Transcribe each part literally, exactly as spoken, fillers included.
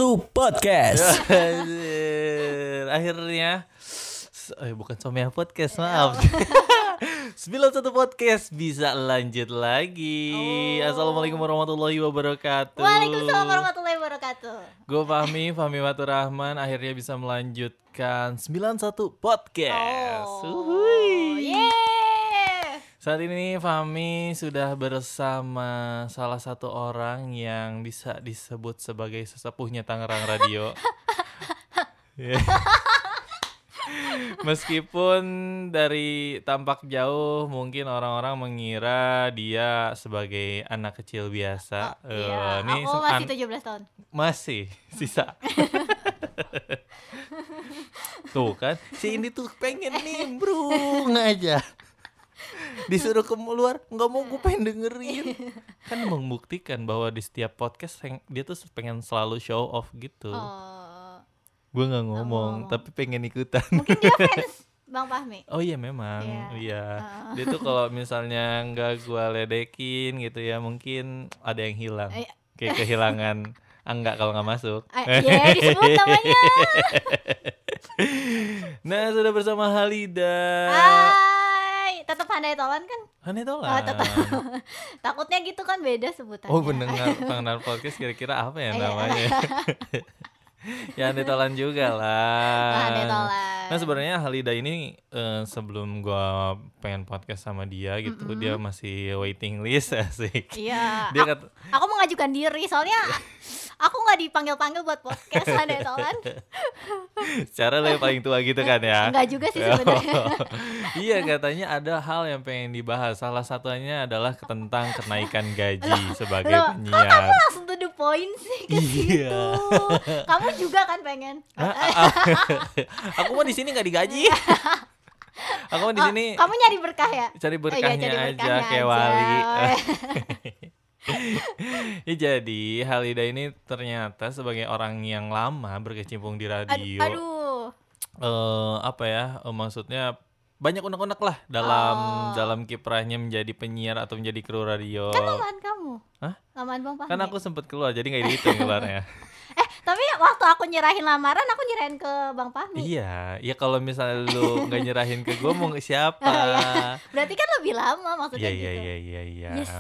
satu Podcast. Akhirnya eh, bukan Somea Podcast, maaf. sembilan puluh satu Podcast bisa lanjut lagi. Oh. Assalamualaikum warahmatullahi wabarakatuh. Waalaikumsalam warahmatullahi wabarakatuh. Gue Fahmi, Fahmi Waturrahman akhirnya bisa melanjutkan sembilan puluh satu Podcast. Oh. Uhuy. Yeay. Saat ini Fahmi sudah bersama salah satu orang yang bisa disebut sebagai sesepuhnya Tangerang Radio. Yeah. Meskipun dari tampak jauh mungkin orang-orang mengira dia sebagai anak kecil biasa. Oh, iya. Uh, nih Aku sem- masih an- tujuh belas tahun. masih sisa. Tuh kan, si ini tuh pengen nimbrung aja. Disuruh ke luar, nggak mau, gue pengen dengerin. Kan membuktikan bahwa di setiap podcast dia tuh pengen selalu show off gitu. Oh. Gue nggak ngomong, ngomong. tapi pengen ikutan. Mungkin dia fans Bang Fahmi. Oh iya memang, Iya. iya. Oh. Dia tuh kalau misalnya nggak gue ledekin gitu ya, mungkin ada yang hilang. Eh, Kayak kehilangan Angga kalau nggak masuk. eh, Iya, disebut namanya. Nah, sudah bersama Halida. Hai, tetap handai tolan kan? Aneh tau Oh, lah. tetap. Takutnya gitu kan beda sebutannya. Oh pendengar pendengar podcast kira-kira apa ya Iya. namanya? Ya Handai Tolan juga lah. Handai Tolan. Nah sebenarnya Halida ini eh, sebelum gua pengen podcast sama dia gitu, Mm-mm. dia masih waiting list asik. Iya. Dia Aku, kata, aku mengajukan diri soalnya aku nggak dipanggil-panggil buat podcast handai tolan. secara lo yang paling tua gitu kan ya? Enggak juga sih sebenarnya. Iya katanya ada hal yang pengen dibahas. Salah satunya adalah tentang kenaikan gaji sebagai Loh, kok penyiar. kamu langsung to the point sih ke Iya. situ. Kamu juga kan pengen. Aku mah di sini nggak digaji. Aku mah di Oh, sini kamu nyari berkah ya? cari Oh, iya, berkahnya cari aja berkahnya kayak aja. wali. Oh, iya. Ya jadi Halida ini ternyata sebagai orang yang lama berkecimpung di Ad- radio. Aduh. eh, apa ya? eh, maksudnya banyak unek-unek lah dalam Oh. dalam kiprahnya menjadi penyiar atau menjadi kru radio. Kan lamaan kamu. Hah? Lamaan Bang Fahmi. Kan aku sempet keluar jadi nggak dihitung keluarnya. Eh, tapi waktu aku nyerahin lamaran aku nyerahin ke Bang Fahmi. Iya, ya kalau misalnya lu nggak nyerahin ke gue mau ke siapa? Oh, iya. Berarti kan lebih lama maksudnya Iya iya gitu. iya iya iya. Yes.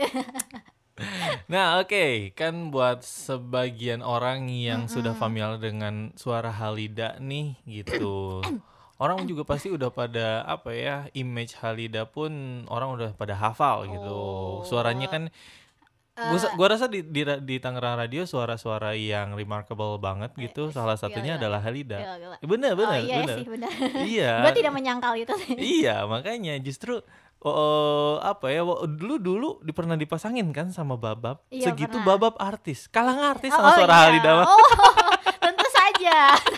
Nah oke, kan buat sebagian orang yang Mm-mm. sudah familiar dengan suara Halida nih gitu. Orang juga pasti udah pada apa ya, image Halida pun orang udah pada hafal gitu. Oh. Suaranya kan gua, Eh, gua rasa di, di di Tangerang Radio suara-suara yang remarkable banget gitu. Eh, Salah satunya gila, adalah gila. Halida. Gila, gila. Bener bener oh iya bener. sih benar. Iya. Gue tidak menyangkal itu sih. Iya, makanya justru oh, apa ya, wa- dulu dulu di, pernah dipasangin kan sama Babab. Iya, Segitu pernah. Babab artis. Kalah artis Oh, sama oh, suara iya. Halida mah. Oh, tentu saja.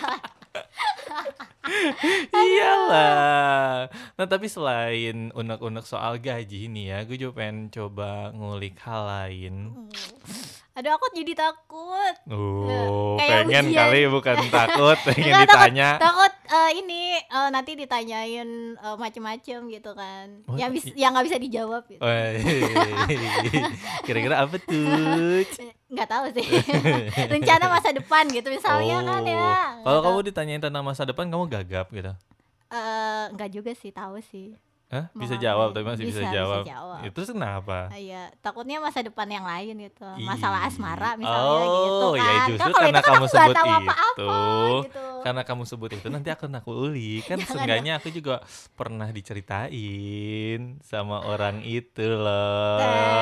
Iyalah. Nah, tapi selain unek-unek soal gaji nih ya, gue juga pengen coba ngulik hal lain. Aduh, aku jadi takut. Oh, kayak pengen ujian. kali bukan takut, pengen Enggak, takut, ditanya. takut eh, ini eh, nanti ditanyain eh, macem-macem gitu kan. Oh, yang i- bis, yang nggak bisa dijawab gitu. Weh, kira-kira apa tuh? Nggak tahu sih. Rencana masa depan gitu misalnya kan ya. Oh. Nggak Kalau tahu. kamu ditanyain tentang masa depan, kamu gagap gitu. Eh, nggak juga sih, tahu sih. Hah? Mau Bisa ngapain? jawab, tapi masih bisa, Bisa, bisa jawab. jawab. Itu terus kenapa? Ah, iya, takutnya masa depan yang lain gitu. Ih. Masalah asmara misalnya Oh, gitu kan. ya justru Kan kalau karena itu kan kamu aku nggak sebut tahu itu. apa-apa gitu. Karena kamu sebut itu nanti akan aku uli. Kan Jangan seenggaknya aku juga pernah diceritain sama orang itu loh.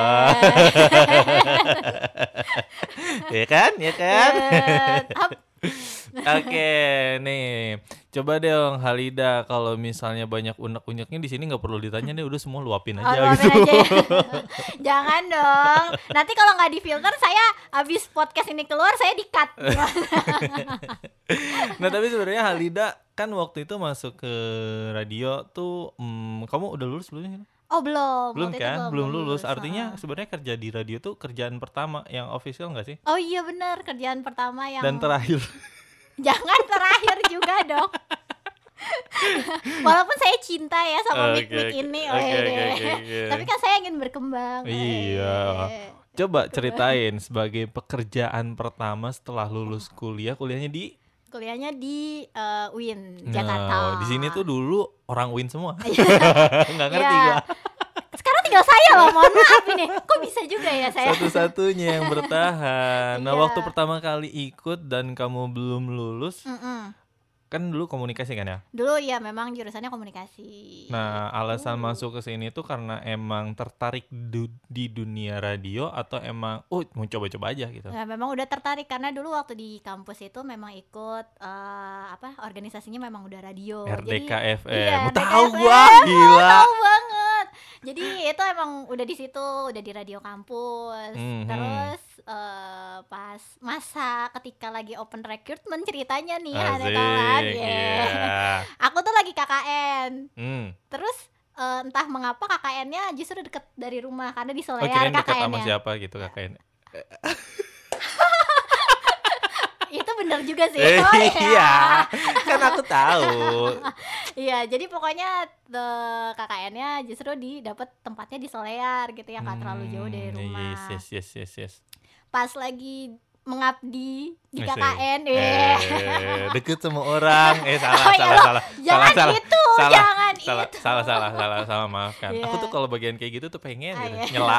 Ya kan? Ya kan? Eh, ap- Oke, nih. Coba dong Halida, kalau misalnya banyak unek-uneknya di sini nggak perlu ditanya deh, udah semua luapin Oh, aja luapin gitu. aja ya. Jangan dong. Nanti kalau nggak difilter saya abis podcast ini keluar saya di-cut. Nah tapi sebenarnya Halida kan waktu itu masuk ke radio tuh, hmm, kamu udah lulus belum? Oh belum. Belum waktu itu kan? Belum lulus. lulus. Artinya Heeh. sebenarnya kerja di radio tuh kerjaan pertama yang official nggak sih? Oh iya benar, kerjaan pertama yang Dan terakhir. jangan terakhir juga dong. Walaupun saya cinta ya sama Oke, mik-mik oke. ini, Oke, weh. oke, oke, oke. Tapi kan saya ingin berkembang. Iya. weh. Coba ceritain sebagai pekerjaan pertama setelah lulus kuliah, kuliahnya di Kuliahnya di uh, U I N Nah, Jakarta. di sini tuh dulu orang U I N semua. Nggak ngerti Iya. gua. Sekarang tinggal saya loh, mohon maaf ini. Kok bisa juga ya saya? Satu-satunya yang bertahan. Nah, Iya. waktu pertama kali ikut dan kamu belum lulus, Mm-mm. kan dulu komunikasi kan ya? Dulu ya memang jurusannya komunikasi. Nah, alasan Uh. masuk ke sini tuh karena emang tertarik du- di dunia radio atau emang oh mau coba-coba aja gitu. Nah, memang udah tertarik karena dulu waktu di kampus itu memang ikut eh, apa organisasinya memang udah radio. R D K F M. Iya, Mau R D K tahu F M. gua, gila. Tahu banget. Jadi itu emang udah di situ, udah di radio kampus. Mhm. Terus eh, pas masa ketika lagi open recruitment ceritanya nih ada Asik, kawan. iya. Aku tuh lagi K K N. Hmm. Terus eh, entah mengapa K K N-nya justru deket dari rumah karena di Oh, Solear kirain dekat sama K K N-nya. siapa gitu kakaknya. Itu bener juga sih. Eh, Oh, iya, kan aku tahu. Iya, jadi pokoknya the K K N-nya justru di dapat tempatnya di Solear gitu ya, nggak terlalu jauh dari Hmm, rumah. Yes, yes, yes, yes, yes. Pas lagi mengabdi di Asik. K K N, eh, Eh, deket sama orang. Eh, salah, Oh, ya salah, loh, salah, jangan salah, salah, itu, salah, jangan salah, itu. salah, salah, salah, salah, maafkan. Iya. Aku tuh kalau bagian kayak gitu tuh pengen Ah, gitu, iya. nyela.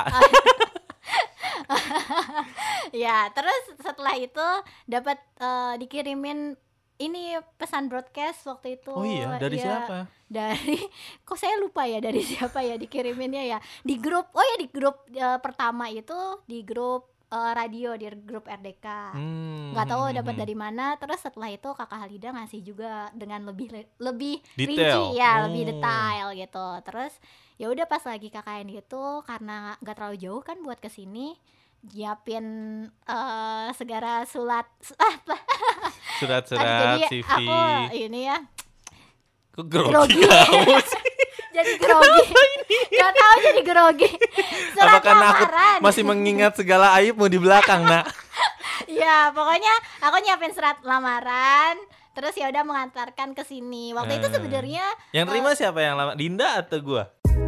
Ya, terus setelah itu dapat eh, dikirimin ini pesan broadcast waktu itu. Oh iya, dari Ya, siapa? Dari kok saya lupa ya dari siapa ya dikiriminnya ya. Di grup. Oh ya, di grup eh, pertama itu di grup eh, radio, di grup R D K. Hmm, Nggak tahu hmm, dapat hmm. dari mana. Terus setelah itu Kakak Halida ngasih juga dengan lebih lebih Detail. rinci ya, lebih Oh. detail gitu. Terus ya udah pas lagi K K N gitu karena nggak terlalu jauh kan buat kesini, nyiapin eh, segala surat ah, Surat-surat, jadi C V. aku ini ya Kok grogi grogi. kamu sih? jadi grogi nggak tahu jadi grogi surat Apa karena aku lamaran. masih mengingat segala aibmu di belakang, nak? Ya pokoknya aku nyiapin surat lamaran terus ya udah mengantarkan ke sini waktu itu Eh. sebenarnya Yang terima siapa yang lama? Dinda atau gua?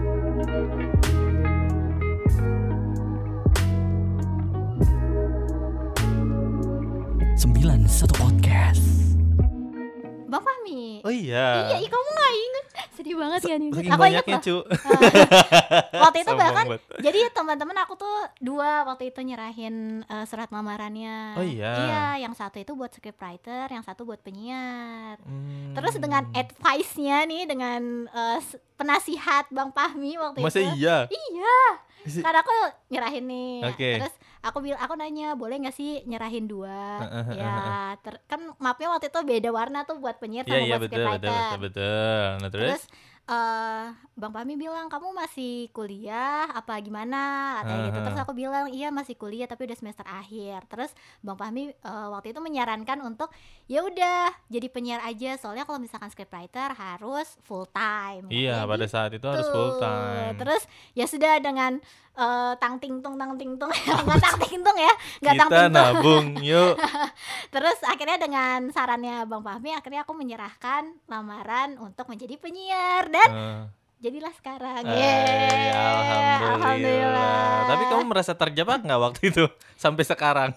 sembilan satu Podcast. Bang Fahmi. Oh iya. Iya, ih, kamu nggak inget? Sedih banget ya nih. Saking Aku inget banyaknya, loh. cu. Waktu itu Sombong bahkan banget. jadi teman-teman aku tuh dua waktu itu nyerahin eh, surat lamarannya. Oh iya. Iya, yang satu itu buat scriptwriter, yang satu buat penyiar. Hmm. Terus dengan advice-nya nih dengan eh, s- penasihat Bang Fahmi waktu Masa itu. iya? Iya. Karena aku nyerahin nih. Oke. Terus aku bilang aku nanya, "Boleh nggak sih nyerahin dua?" Heeh, heeh, Ya, ter- kan mapnya waktu itu beda warna tuh buat penyiar Iya, sama iya, buat betul, betul, scriptwriter. betul, betul. Nah, terus? Terus eh Bang Fahmi bilang, "Kamu masih kuliah apa gimana?" Katanya gitu. Aha. Terus aku bilang, "Iya, masih kuliah tapi udah semester akhir." Terus Bang Fahmi eh, waktu itu menyarankan untuk ya udah jadi penyiar aja soalnya kalau misalkan scriptwriter harus full time. Iya, Katanya pada saat itu harus gitu. full time. Terus ya sudah dengan eh, tang ting tung tang ting tung nggak tang ting tung ya, nggak tang Kita ting tung. nabung, yuk. Terus akhirnya dengan sarannya Bang Fahmi akhirnya aku menyerahkan lamaran untuk menjadi penyiar dan Eh, jadilah sekarang. eh, Yeay, alhamdulillah. alhamdulillah. Tapi kamu merasa terjebak nggak waktu itu sampai sekarang?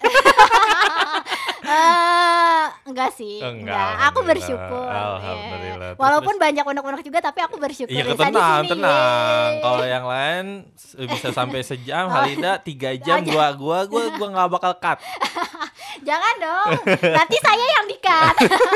Eh, enggak sih, Oh, enggak, enggak. Aku alhamdulillah. bersyukur. Alhamdulillah. Iya. Terus, Walaupun banyak unek-unek juga tapi aku bersyukur. Iya, bisa di tenang, sini. tenang. Yeay. Kalau yang lain s- bisa sampai sejam, Oh. Halida tiga jam, Aja. gua gua gua gua nggak bakal cut. Jangan dong. Nanti saya yang di-cut.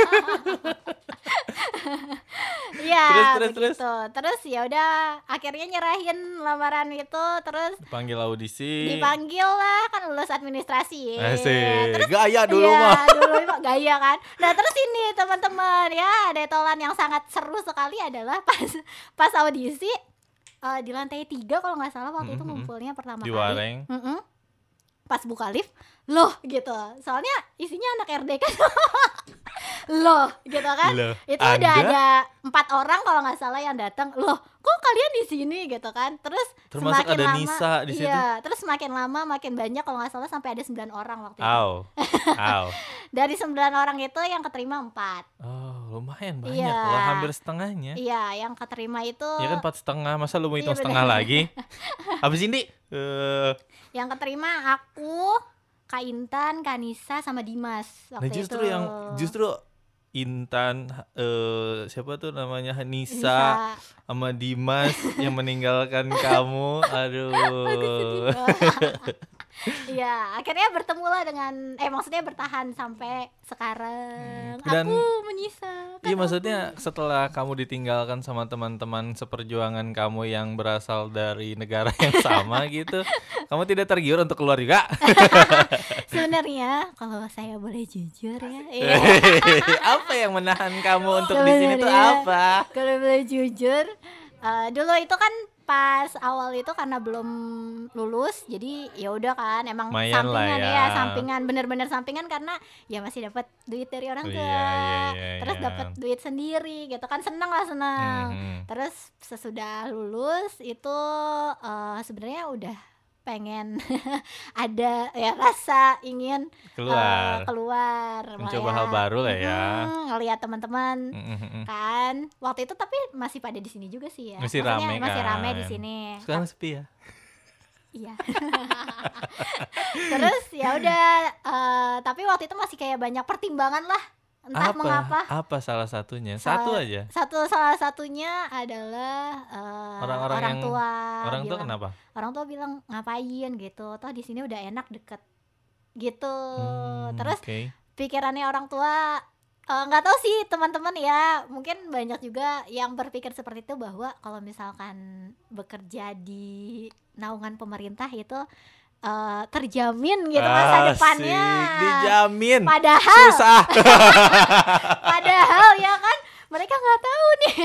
Iya, Terus, terus, terus. begitu. Terus ya udah akhirnya nyerahin lamaran itu terus Panggil audisi. dipanggil lah kan lulus administrasi. Asik. Terus Gaya dulu iya, mah. dulu mah gaya kan. Nah terus ini teman-teman ya detolan yang sangat seru sekali adalah pas pas audisi eh, di lantai tiga kalau nggak salah waktu itu Mhm, mhm. ngumpulnya pertama Di kali. Wareng. Mm-mm. Pas buka lift, loh gitu. Soalnya isinya anak R D K. Loh gitu kan. Loh, Itu udah Anda? ada empat orang kalau nggak salah yang datang. Loh, kok kalian di sini gitu kan. Terus Termasuk semakin ada lama, Nisa di situ. Iya, terus semakin lama makin banyak kalau nggak salah sampai ada sembilan orang waktu itu. Aw. Aw. Dari sembilan orang itu yang keterima empat. Oh, lumayan banyak Iya. loh, hampir setengahnya. Iya, yang keterima itu Ya kan empat setengah, masa lu mau Iya, hitung setengah bener. lagi? Habis ini eh yang keterima aku, Kak Intan, Kak Nisa sama Dimas nah waktu justru itu. yang justru Intan eh siapa tuh namanya Nisa Nisa. sama Dimas yang meninggalkan kamu. Aduh. Aku sedih banget. Iya, akhirnya bertemu lah dengan eh maksudnya bertahan sampai sekarang. Dan- aku menyisakan. Iya aku. maksudnya setelah kamu ditinggalkan sama teman-teman seperjuangan kamu yang berasal dari negara yang sama gitu, kamu tidak tergiur untuk keluar juga? Sebenarnya kalau saya boleh jujur ya, iya. Apa yang menahan kamu untuk di sini tuh Sebenarnya, apa? Kalau boleh jujur, eh, dulu itu kan pas awal itu karena belum lulus, jadi ya udah kan emang Lumayan lah sampingan ya. ya, sampingan bener-bener sampingan karena ya masih dapat duit dari orang tua, Iya, iya, iya, terus iya. dapat duit sendiri gitu kan, seneng lah seneng. Mhm. Terus sesudah lulus itu eh, sebenarnya udah pengen ada ya rasa ingin eh, Keluar. keluar Mencoba Makanya, hal baru lah ya. mm, ngelihat teman-teman Mhm. kan waktu itu, tapi masih pada di sini juga sih ya, Masih Maksudnya rame masih rame kan. di sini. Sekarang sepi ya. Iya. Terus ya udah, eh, tapi waktu itu masih kayak banyak pertimbangan lah, entah Apa? mengapa. Apa salah satunya? Salah- Satu aja. Satu salah satunya adalah eh, Orang-orang orang yang- tua. Orang tua bilang- kenapa? Orang tua bilang ngapain gitu, toh di sini udah enak deket gitu. Hmm, Terus oke. pikirannya orang tua eh, nggak tahu sih teman-teman ya, mungkin banyak juga yang berpikir seperti itu, bahwa kalau misalkan bekerja di naungan pemerintah itu eh, terjamin gitu masa Asik, depannya. dijamin. Padahal Susah. padahal ya kan mereka nggak tahu nih.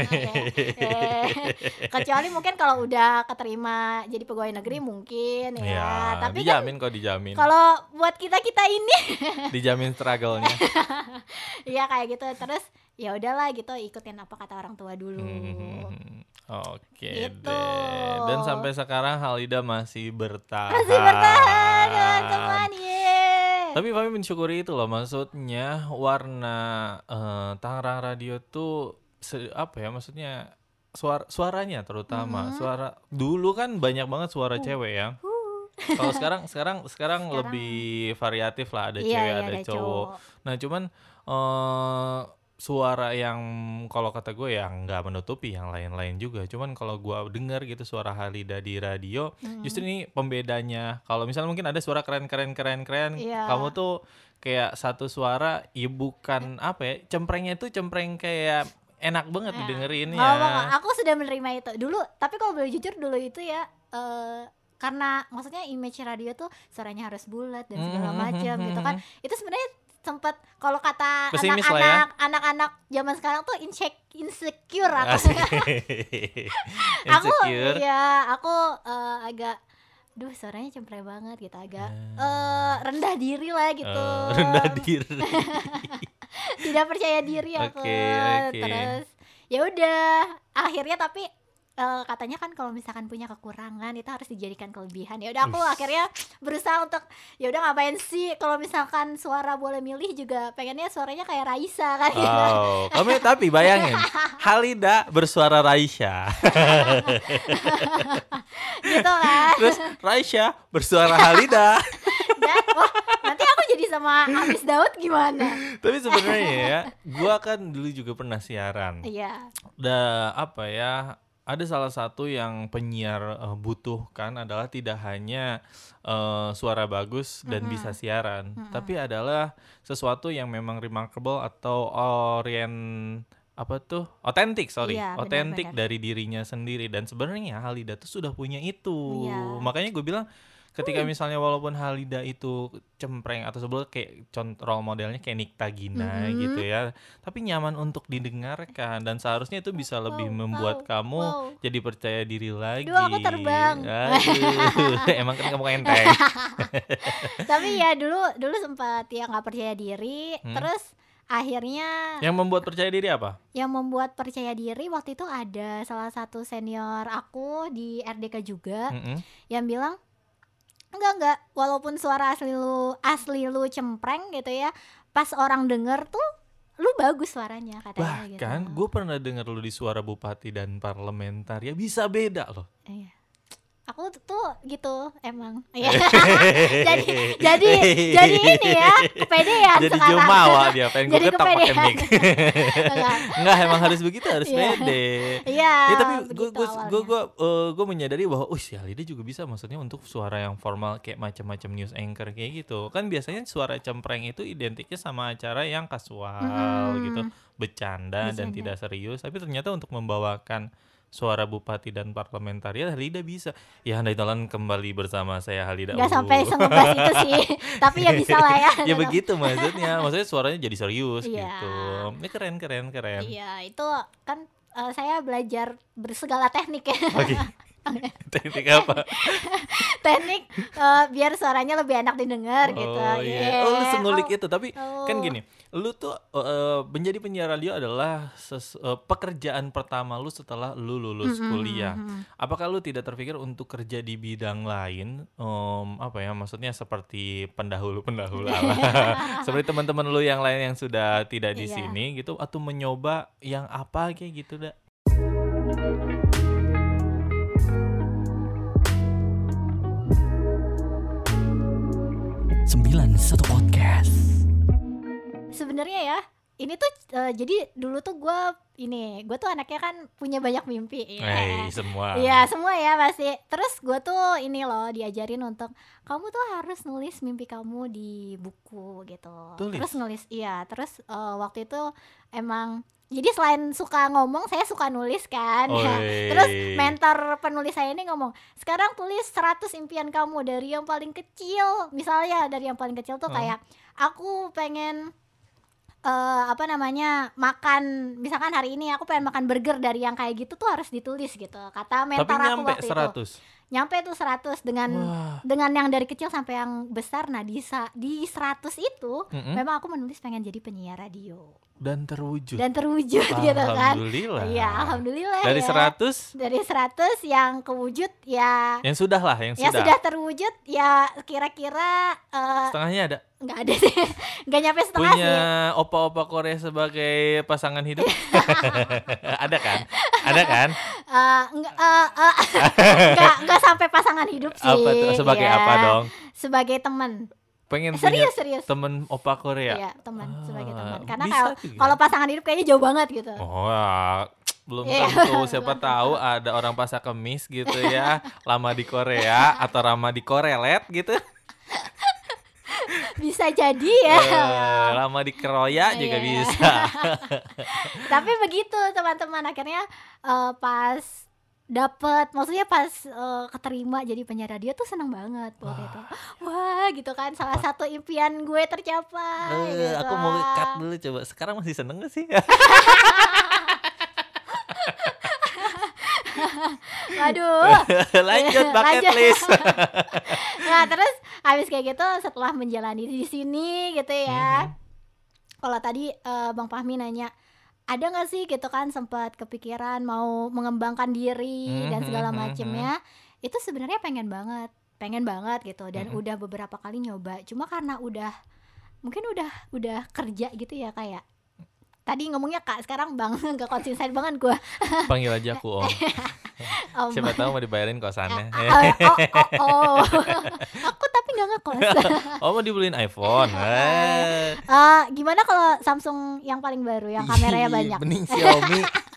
Eh, kecuali mungkin kalau udah keterima jadi pegawai negeri mungkin ya, Ya, tapi kan dijamin kok dijamin. kalau buat kita kita ini Dijamin struggle-nya. ya kayak gitu. Terus ya udahlah gitu, ikutin apa kata orang tua dulu. Hmm, Oke Gitu. deh. Dan sampai sekarang Halida masih bertahan. Masih bertahan teman-teman, ye. Tapi kami mensyukuri itu loh, maksudnya warna eh, Tangerang Radio tuh se- apa ya, maksudnya suara suaranya terutama Mhm. suara dulu kan banyak banget suara cewek ya. Kalau sekarang sekarang sekarang Sekarang- lebih variatif lah, ada Iya, cewek iya, ada, ada cowok. cowok. Nah cuman eh suara yang kalau kata gue ya nggak menutupi yang lain-lain juga. Cuman kalau gue dengar gitu suara Halida di radio, Mhm. justru ini pembedanya. Kalau misalnya mungkin ada suara keren-keren keren-keren, Iya. kamu tuh kayak satu suara, ya bukan apa ya, cemprengnya tuh cempreng kayak enak banget Ya. didengerin Nggak apa-apa, ya. aku sudah menerima itu dulu. Tapi kalau boleh jujur dulu itu ya, eh, karena maksudnya image radio tuh suaranya harus bulat dan segala Mhm, macam mhm, gitu kan. mhm. Itu sebenarnya sempat, kalau kata Pesimis lah ya. anak-anak anak-anak zaman sekarang tuh insec- insecure aku. Asik. aku Insecure. ya aku eh, agak duh suaranya cempreng banget gitu, agak eh, rendah diri lah gitu. Eh, rendah diri. Tidak percaya diri aku. Oke, oke. Terus ya udah akhirnya, tapi eh, katanya kan kalau misalkan punya kekurangan itu harus dijadikan kelebihan. Ya udah aku Ush. akhirnya berusaha untuk ya udah ngapain sih, kalau misalkan suara boleh milih juga pengennya suaranya kayak Raisa kan gitu. Oh, kamu tapi bayangin Halida bersuara Raisya. Gitu kan. Terus Raisya bersuara Halida. Dan wah, nanti aku jadi sama Amis Daud gimana? Tapi sebenarnya ya, gua kan dulu juga pernah siaran. Iya. Da apa ya? Ada salah satu yang penyiar eh, butuhkan adalah tidak hanya eh, suara bagus dan Mm-mm. bisa siaran, Mm-mm. tapi adalah sesuatu yang memang remarkable atau orient apa tuh otentik sorry Iya, otentik benar-benar. dari dirinya sendiri. Dan sebenarnya Halida tuh sudah punya itu. Iya. Makanya gue bilang ketika misalnya walaupun Halida itu cempreng atau sebelum kayak contoh role modelnya kayak Nikta Gina Mhm. gitu ya, tapi nyaman untuk didengarkan dan seharusnya itu bisa lebih Wow, membuat wow, kamu wow. jadi percaya diri lagi. Duh, aku terbang. Aduh, emang kan kamu enteng. Tapi ya dulu dulu sempat ya nggak percaya diri. Hmm. Terus akhirnya Yang membuat percaya diri apa? yang membuat percaya diri waktu itu ada salah satu senior aku di R D K juga Mm-mm. yang bilang enggak enggak walaupun suara asli lu asli lu cempreng gitu ya, pas orang denger tuh lu bagus suaranya katanya gitu. Bahkan gue pernah dengar lu di Suara Bupati dan Parlementaria bisa beda loh. Iya. Aku tuh gitu emang. Iya. jadi jadi jadi ini ya, kepedean Jadi sekarang. jumawa dia, pengen gue Jadi ketok pakai kepedean. mic. Enggak. Enggak, emang harus begitu, harus Iya. pede. Iya. Ya tapi gue begitu gue awalnya. gue gue eh, gue menyadari bahwa oh si Halida juga bisa, maksudnya untuk suara yang formal kayak macam-macam news anchor kayak gitu. Kan biasanya suara cempreng itu identiknya sama acara yang kasual Mm-mm. gitu, bercanda dan Bercanda. tidak serius. Tapi ternyata untuk membawakan Suara Bupati dan Parlementaria Halida bisa. Ya andai talan kembali bersama saya Halida. Nggak Uh. sampai sengebas itu sih, tapi ya bisa lah ya. Ya begitu maksudnya. Maksudnya suaranya jadi serius Iya. gitu. Ini keren keren keren. Iya, itu kan eh, saya belajar bersegala teknik ya. Oke. Teknik apa? Teknik eh, biar suaranya lebih enak didengar gitu. Oh iya. Oh lu sengulik Oh, itu. Tapi oh. kan gini, lu tuh eh, menjadi penyiar radio adalah ses- eh, pekerjaan pertama lu setelah lu lulus Mm-mm, kuliah. mm-mm. Apakah lu tidak terpikir untuk kerja di bidang lain? Em, apa ya? Maksudnya seperti pendahulu-pendahulu lah. Seperti teman-teman lu yang lain yang sudah tidak di Iya. sini gitu, atau mencoba yang apa kayak gitu dah? sembilan satu Podcast. Sebenarnya ya, ini tuh eh, jadi dulu tuh gue ini, gue tuh anaknya kan punya banyak mimpi. Iya. Eh, semua. Iya semua ya pasti. Terus gue tuh ini loh diajarin untuk kamu tuh harus nulis mimpi kamu di buku gitu. Tulis? Terus nulis, iya. Terus eh, waktu itu emang jadi selain suka ngomong, saya suka nulis kan. Ya. Oi. Terus mentor penulis saya ini ngomong, sekarang tulis seratus impian kamu dari yang paling kecil. Misalnya dari yang paling kecil tuh Hmm. kayak aku pengen eh apa namanya makan, misalkan hari ini aku pengen makan burger, dari yang kayak gitu tuh harus ditulis gitu kata mentor Tapi aku nyampe waktu seratus. itu. Nyampe tuh seratus dengan Wah. dengan yang dari kecil sampai yang besar. Nah di sa- di seratus itu Mm-mm. memang aku menulis pengen jadi penyiar radio Dan terwujud. dan terwujud gitu kan. Alhamdulillah. Iya alhamdulillah Dari ya. seratus Dari seratus yang kewujud ya, yang sudah lah, yang ya sudah. sudah terwujud ya kira-kira eh, Setengahnya ada. nggak ada sih, nggak nyampe setengah Punya sih. opa-opa Korea sebagai pasangan hidup. Ada kan? Ada kan? Eh, enggak, eh, eh, enggak, enggak sampai pasangan hidup sih. Apa tuh? Sebagai ya. apa dong? Sebagai teman. Pengen Eh, serius, punya serius. temen opa Korea. Iya, teman, sebagai Ah, teman. Karena bisa kalau tuh ya. kalau pasangan hidup kayaknya jauh banget gitu. Oh, ya, belum Iya. tentu. Siapa tahu ada orang pasak kemis gitu ya, lama di Korea atau lama di Korelet gitu. Bisa jadi ya. Eh, lama di Keroya juga Iya. bisa. Tapi begitu teman-teman, akhirnya eh, pas dapet, maksudnya pas eh, keterima jadi penyiar radio tuh seneng banget waktu itu. Wah gitu kan, salah satu impian gue tercapai. Eh, gitu. aku mau cut dulu coba. Sekarang masih seneng gak sih? Waduh. Lanjut bucket Lanjut. list. Nah terus habis kayak gitu, setelah menjalani di sini gitu ya. Mhm. Kalau tadi eh, Bang Fahmi nanya, ada nggak sih gitu kan sempat kepikiran mau mengembangkan diri dan segala Mhm, mhm, macemnya. Itu sebenarnya pengen banget, pengen banget gitu, dan Mhm. udah beberapa kali nyoba. Cuma karena udah mungkin udah udah kerja gitu ya, kayak tadi ngomongnya Kak, sekarang Bang, nggak konsisten banget gue. Panggil aja aku Om. Om. Siapa tahu mau dibayarin kosannya. Oh, oh, oh, oh. Aku tapi nggak ngekos. Oh mau dibeliin iPhone. Eh. Eh, gimana kalau Samsung yang paling baru yang kameranya Ih, banyak? Mending Xiaomi.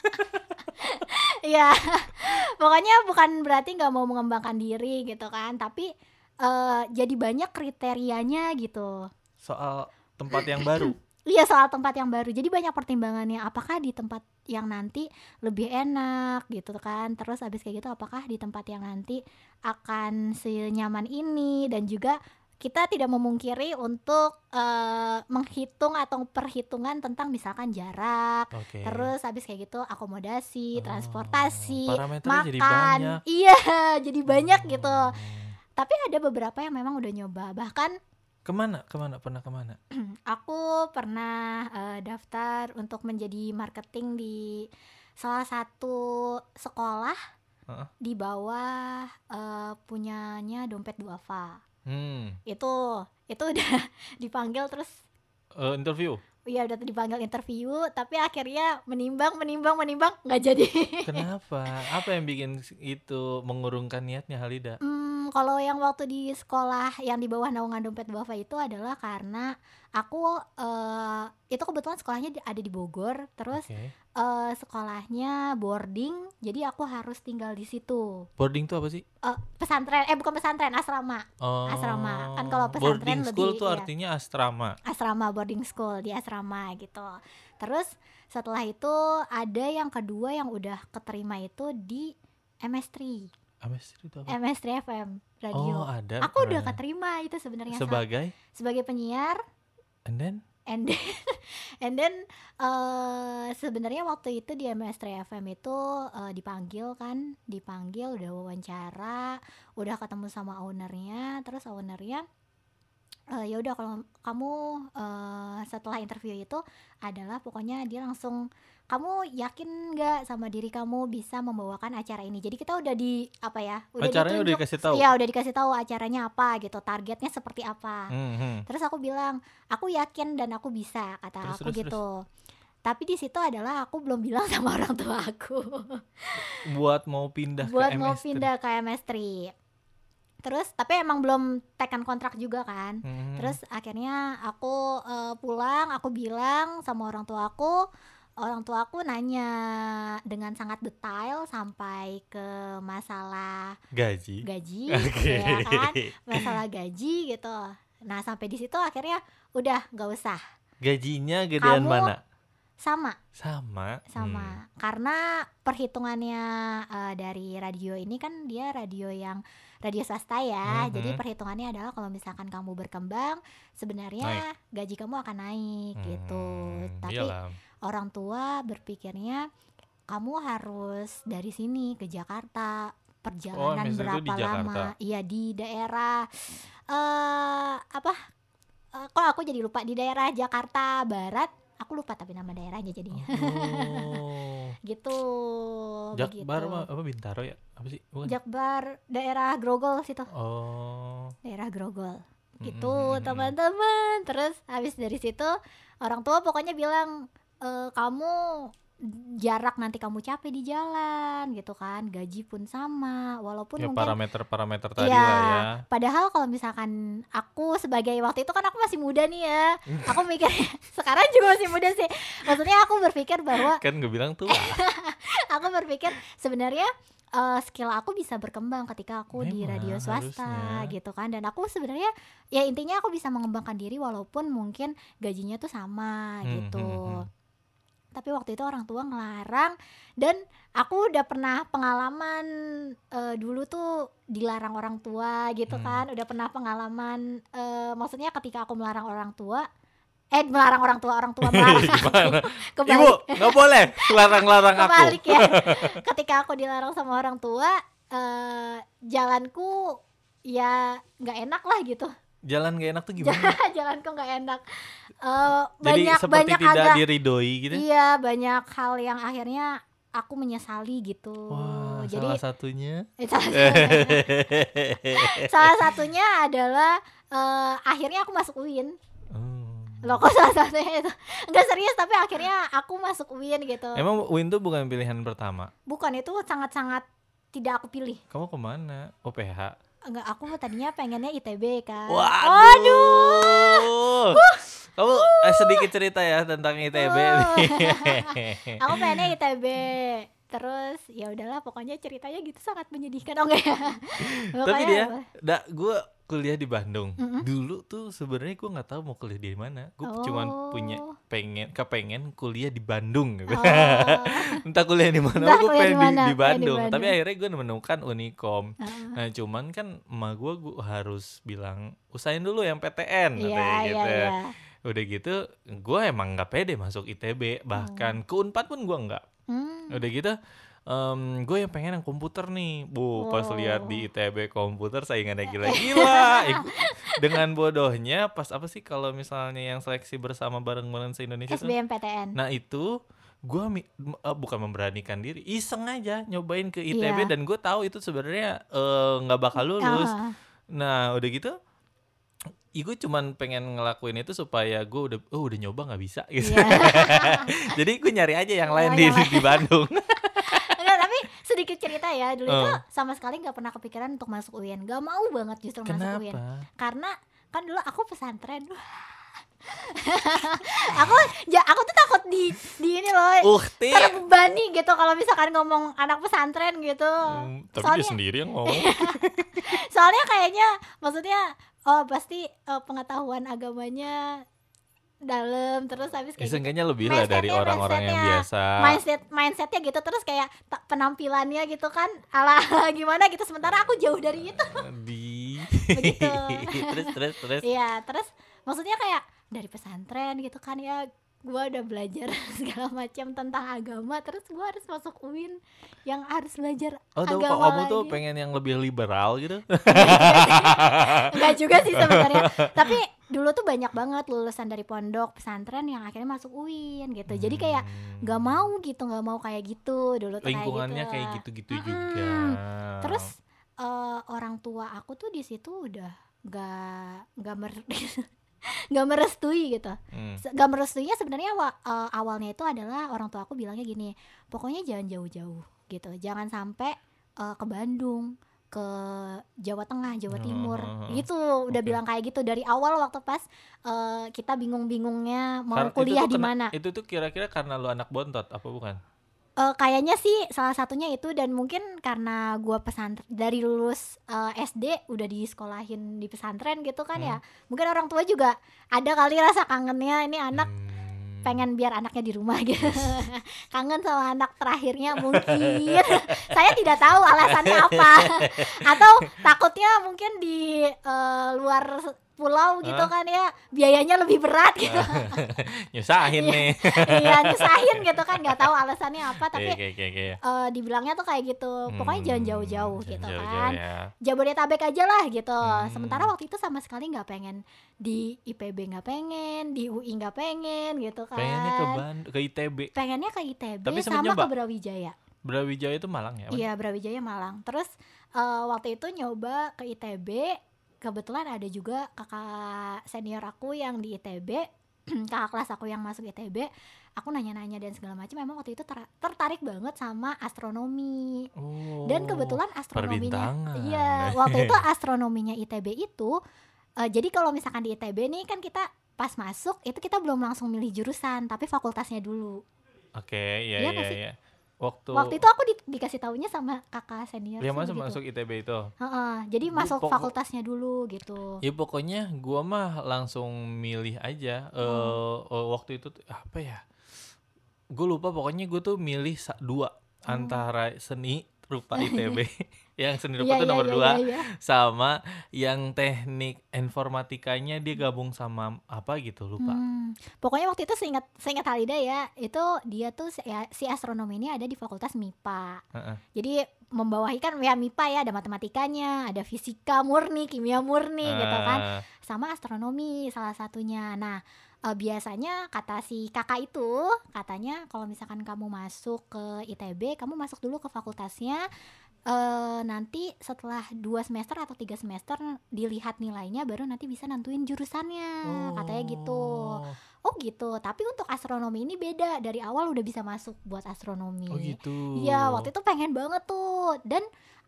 Iya, pokoknya bukan berarti nggak mau mengembangkan diri gitu kan, tapi eh, jadi banyak kriterianya gitu. Soal tempat yang baru. Iya, soal tempat yang baru. Jadi banyak pertimbangannya. Apakah di tempat yang nanti lebih enak gitu kan. Terus abis kayak gitu apakah di tempat yang nanti akan senyaman ini. Dan juga kita tidak memungkiri untuk eh, menghitung atau perhitungan tentang misalkan jarak. Oke. Terus abis kayak gitu akomodasi, Oh, transportasi, parameternya jadi makan. banyak. Iya, jadi banyak gitu. Oh. Tapi ada beberapa yang memang udah nyoba. Bahkan Kemana? Kemana? Pernah kemana? aku pernah eh, daftar untuk menjadi marketing di salah satu sekolah Heeh. di bawah eh, punyanya Dompet Duafa. Hmm. Itu itu udah dipanggil terus Eh, interview. ya udah dipanggil interview, tapi akhirnya menimbang menimbang menimbang nggak jadi. Kenapa? Apa yang bikin itu mengurungkan niatnya Halida? Hmm, kalau yang waktu di sekolah yang di bawah naungan Dompet Duafa itu adalah karena aku eh, itu kebetulan sekolahnya di- ada di Bogor, terus Oke. eh, sekolahnya boarding, jadi aku harus tinggal di situ. Boarding tuh apa sih? Eh, pesantren, eh bukan pesantren, asrama. Oh, Asrama. Kan kalau boarding pesantren school lebih, tuh iya. artinya asrama. Asrama, boarding school di asrama gitu. Terus setelah itu ada yang kedua yang udah keterima itu di M S tiga. M S tiga itu apa? M S tiga F M radio. Oh, ada. Aku udah namanya. keterima itu sebenarnya sa- Sebagai sebagai penyiar. and then And then, and then eh, sebenarnya waktu itu di M S tiga F M itu eh, dipanggil kan, dipanggil udah wawancara, udah ketemu sama ownernya, terus ownernya eh, ya udah kalau kamu eh, setelah interview itu adalah pokoknya dia langsung, kamu yakin nggak sama diri kamu bisa membawakan acara ini. Jadi kita udah di apa ya, udah acaranya udah ditunjuk, dikasih tahu. ya udah dikasih tahu acaranya apa gitu, targetnya seperti apa. Hmm, hmm. Terus aku bilang, aku yakin dan aku bisa, kata Terus, aku terus, gitu. Tapi di situ adalah aku belum bilang sama orang tua aku Buat mau pindah buat ke mau M S tiga. pindah ke M S tiga. Terus tapi emang belum tekan kontrak juga kan. Hmm. Terus akhirnya aku eh, pulang, aku bilang sama orang tua aku. Orang tua aku nanya dengan sangat detail sampai ke masalah gaji. gaji, Oke. ya kan, masalah gaji gitu. Nah sampai di situ akhirnya udah nggak usah, Gajinya gedean Kamu- mana? sama Sama. sama karena perhitungannya eh, dari radio ini kan dia radio yang radio swasta ya. Mhm. Jadi perhitungannya adalah kalau misalkan kamu berkembang sebenarnya gaji kamu akan naik Hmm, gitu. Tapi iyalah. orang tua berpikirnya kamu harus dari sini ke Jakarta, perjalanan M S itu berapa di Jakarta. lama? Iya di daerah eh apa? Eh, kok aku jadi lupa, di daerah Jakarta Barat. Aku lupa tapi nama daerahnya jadinya. Oh. Gitu. Jakbar begitu. apa, apa Bintaro ya? Apa sih? Bukan. Jakbar daerah Grogol situ. Oh. Daerah Grogol. Gitu, Mm-mm. teman-teman. Terus habis dari situ orang tua pokoknya bilang e, kamu jarak nanti kamu capek di jalan gitu kan, gaji pun sama walaupun Ya mungkin parameter-parameter tadi Iya, lah ya. padahal kalau misalkan aku sebagai waktu itu kan aku masih muda nih ya, aku mikir sekarang juga masih muda sih, maksudnya aku berpikir bahwa Kan gue bilang tuh. aku berpikir sebenarnya eh, skill aku bisa berkembang ketika aku di Memang, radio swasta harusnya. gitu kan, dan aku sebenarnya ya intinya aku bisa mengembangkan diri walaupun mungkin gajinya tuh sama Hmm, gitu. hmm, hmm. Tapi waktu itu orang tua ngelarang, dan aku udah pernah pengalaman eh, dulu tuh dilarang orang tua gitu Hmm. kan, udah pernah pengalaman eh, maksudnya ketika aku melarang orang tua eh melarang orang tua orang tua melarang aku. Gimana? Kebalik. Ibu, nggak boleh larang-larang aku. Kebalik ya. Ketika aku dilarang sama orang tua, eh, jalanku ya nggak enak lah gitu. Jalan gak enak tuh gimana? Jalanku nggak enak. Eh, Jadi banyak seperti banyak tidak agak diridoi gitu. iya banyak hal yang akhirnya aku menyesali gitu. Wah, Jadi salah satunya. eh, salah, salah satunya adalah eh, akhirnya aku masuk U I N. Hmm. Loh kok salah satunya itu? Enggak serius, tapi akhirnya aku masuk U I N gitu. Emang U I N tuh bukan pilihan pertama. Bukan, itu sangat-sangat tidak aku pilih. Kamu kemana? O P H. Enggak, aku tadinya pengennya I T B kan. Waduh. Kamu eh, sedikit cerita ya tentang I T B Uh. nih. Aku pengennya I T B. Terus ya udahlah, pokoknya ceritanya gitu sangat menyedihkan. Oh enggak ya. Tapi Pokoknya dia, apa? da, gue kuliah di Bandung. Mm-mm. Dulu tuh sebenarnya gue nggak tahu mau kuliah di mana. Gue Oh. cuman punya pengen, kepengen kuliah di Bandung. Gitu. Oh. Entah kuliah di mana, Entah gue kuliah pengen di di, mana, di pengen di Bandung. Tapi Bandung. akhirnya gue menemukan Unikom. Heeh. Nah cuman kan emak gue, gue harus bilang usahain dulu yang P T N Iya, katanya iya, gitu. iya. Udah gitu gue emang nggak pede masuk I T B, bahkan ke Unpad pun gue nggak. Hmm. Udah gitu em, gue yang pengen yang komputer nih. Bu, pas Wow. lihat di I T B komputer saingannya gila-gila. Ikut- Dengan bodohnya pas apa sih kalau misalnya yang seleksi bersama bareng-bareng se-Indonesia tuh. S B M P T N. Nah itu gue mi- m- eh, bukan memberanikan diri, iseng aja nyobain ke I T B Iya. dan gue tahu itu sebenarnya eh, nggak bakal lulus. Ah. Nah udah gitu Gue cuman pengen ngelakuin itu supaya gue udah oh udah nyoba nggak bisa gitu. Iya. Jadi gue nyari aja yang Oh, lain di yang lain. di Bandung. Enggak, tapi sedikit cerita ya, dulu itu Oh. sama sekali nggak pernah kepikiran untuk masuk U I N, nggak mau banget justru masuk U I N, Kenapa? karena kan dulu aku pesantren. aku ja, aku tuh takut di di ini loh, Ukti. terbebani gitu kalau misalkan ngomong anak pesantren gitu. Hmm, tapi Soalnya- dia sendiri yang ngomong. Soalnya kayaknya maksudnya oh pasti eh, pengetahuan agamanya dalam, terus habis Ya, kayak gitu. seenggaknya lebih lah dari Mindsetnya, orang-orang yang mindsetnya. biasa. mindset mindsetnya gitu, terus kayak ta- penampilannya gitu kan ala gimana gitu, sementara aku jauh dari itu. Di. Begitu. terus terus terus. Iya, terus maksudnya kayak dari pesantren gitu kan ya, gue udah belajar segala macam tentang agama, terus gue harus masuk U I N yang harus belajar Oh tuh kok agama kamu tuh lagi. pengen yang lebih liberal gitu? Enggak juga sih sebenarnya, tapi dulu tuh banyak banget lulusan dari pondok pesantren yang akhirnya masuk U I N gitu. Jadi kayak nggak mau gitu, nggak mau kayak gitu dulu tuh. Lingkungannya kayak kayak gitu. gitu-gitu Mm-mm. juga. Terus eh, orang tua aku tuh di situ udah nggak nggak mer nggak merestui gitu. Hmm. Se- Nggak merestuinya sebenarnya awa- eh, awalnya itu adalah orang tua aku bilangnya gini, pokoknya jangan jauh-jauh gitu, jangan sampai eh, ke Bandung, ke Jawa Tengah, Jawa Timur, Oh, gitu. Udah oke. bilang kayak gitu dari awal waktu pas eh, kita bingung-bingungnya mau Kar- itu kuliah tuh di kena- mana. Itu tuh kira-kira karena lu anak bontot apa bukan? Eh, kayaknya sih salah satunya itu, dan mungkin karena gua pesantren dari lulus eh, S D udah disekolahin di pesantren gitu kan ya. Mungkin orang tua juga ada kali rasa kangennya, ini anak Hmm. pengen biar anaknya di rumah gitu. Kangen sama anak terakhirnya mungkin. Saya tidak tahu alasannya apa. Atau takutnya mungkin di eh, luar pulau gitu Hah? kan ya, biayanya lebih berat gitu. Nyusahin nih. Iya, nyusahin gitu kan, nggak tahu alasannya apa, tapi Oke oke oke. eh, dibilangnya tuh kayak gitu. Pokoknya jangan Hmm, jauh-jauh jangan gitu jauh-jauh kan. ya. Jabodetabek aja lah gitu. Hmm. Sementara waktu itu sama sekali nggak pengen di I P B, nggak pengen di U I, nggak pengen gitu kan. Pengennya ke Bandung, ke I T B. Pengennya ke I T B Tapi sempet sama nyoba? ke Brawijaya. Brawijaya itu Malang ya? Bang? Iya, Brawijaya Malang. Terus eh, waktu itu nyoba ke I T B, kebetulan ada juga kakak senior aku yang di I T B, kakak kelas aku yang masuk I T B. Aku nanya-nanya dan segala macam. Memang waktu itu ter- tertarik banget sama astronomi. Oh, Dan kebetulan astronominya, perbintangan. iya, waktu itu astronominya I T B itu, eh, jadi kalau misalkan di I T B nih kan kita pas masuk itu kita belum langsung milih jurusan, tapi fakultasnya dulu. Oke, iya Iya iya nggak sih? iya. Waktu Waktu itu aku di- dikasih taunya sama kakak senior. dia sih masuk begitu. masuk I T B itu. Heeh, jadi Gua masuk pokok- fakultasnya dulu gitu. Ya pokoknya gua mah langsung milih aja. Eh Oh. eh, waktu itu tuh, apa ya? Gue lupa, pokoknya gue tuh milih sa- dua antara seni rupa I T B yang seni rupa Iya, tuh iya, nomor iya, dua, iya, iya. sama yang teknik informatikanya dia gabung sama apa gitu lupa. Hmm, Pokoknya waktu itu seingat seingat Halida ya, itu dia tuh si, ya, si astronomi ini ada di fakultas M I P A. Heeh. Jadi membawahi kan ya M I P A ya, ada matematikanya, ada fisika murni, kimia murni gitu kan, Eh, sama astronomi salah satunya. Nah, eh, biasanya kata si kakak itu, katanya kalau misalkan kamu masuk ke I T B, kamu masuk dulu ke fakultasnya, eh, nanti setelah dua semester atau tiga semester dilihat nilainya, baru nanti bisa nentuin jurusannya, katanya gitu. oh. Oh gitu, tapi untuk astronomi ini beda, dari awal udah bisa masuk buat astronomi. Oh gitu. Iya, waktu itu pengen banget tuh. Dan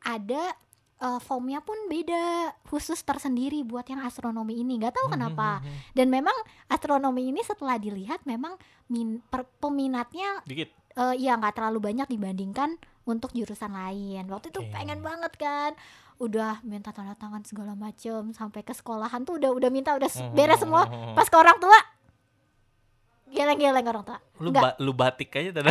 ada eh, formnya pun beda, khusus tersendiri buat yang astronomi ini. Gak tahu kenapa. Dan memang astronomi ini setelah dilihat memang min, per, peminatnya Dikit. eh, ya nggak terlalu banyak dibandingkan untuk jurusan lain. Waktu itu Oke. pengen banget kan. Udah minta tanda tangan segala macem, sampai ke sekolahan tuh udah udah minta udah s- beres semua. Pas ke orang tua, geleng-geleng orang tua. Lu Enggak. ba- lu batik aja tadi.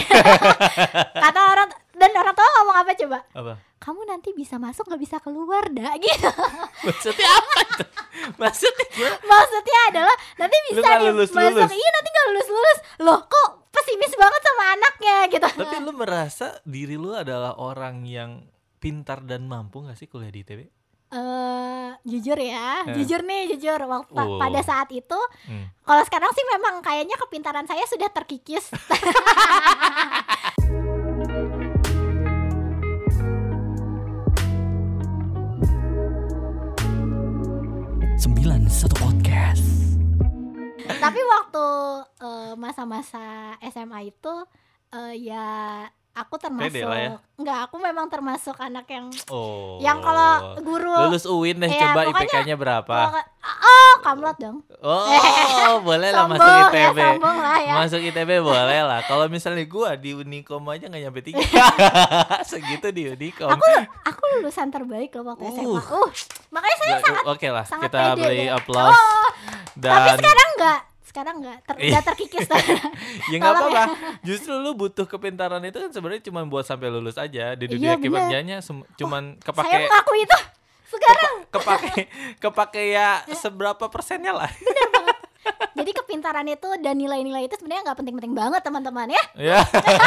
Kata orang, dan orang tua ngomong apa coba? Apa? Kamu nanti bisa masuk nggak bisa keluar dah gitu. Maksudnya apa itu? Maksudnya gimana? Maksudnya adalah nanti Lu bisa nggak nih lulus-lulus? masuk. Iya, nanti nggak lulus lulus. Loh kok pesimis banget sama anaknya gitu. Tapi lu merasa diri lu adalah orang yang pintar dan mampu gak sih kuliah di I T B? Eh, jujur ya, Eh. jujur nih jujur waktu Oh. pada saat itu, Hmm. kalau sekarang sih memang kayaknya kepintaran saya sudah terkikis. sembilan satu M A itu uh, ya aku termasuk Pede lah ya. enggak, aku memang termasuk anak yang Oh. yang kalau guru lulus U I N deh, ya, coba pokoknya- I P K-nya berapa? Pokok- oh, kamlot dong. Oh, boleh lah masuk Sombong I T ya, B. sombong lah ya. Masuk I T B boleh lah. Kalau misalnya gua di Unikom aja nggak nyampe tiga. Segitu di Unikom. Aku aku lulusan terbaik loh waktu S M A. Uh. Uh, makanya saya Ya, sangat Oke lah, sangat kita pede beri ya. applause. Oh, tapi Dan sekarang enggak. Sekarang enggak, ter, Iya. udah terkikis. ya nggak tolong apa-apa. Justru lu butuh kepintaran itu kan sebenarnya cuma buat sampai lulus aja. Di Iya, dunia bener. kerjanya sem- cuman Saya kepake mengaku itu. Sekarang kepake kepake ya seberapa persennya lah. jadi kepintaran itu dan nilai-nilai itu sebenarnya nggak penting-penting banget teman-teman ya. Ya.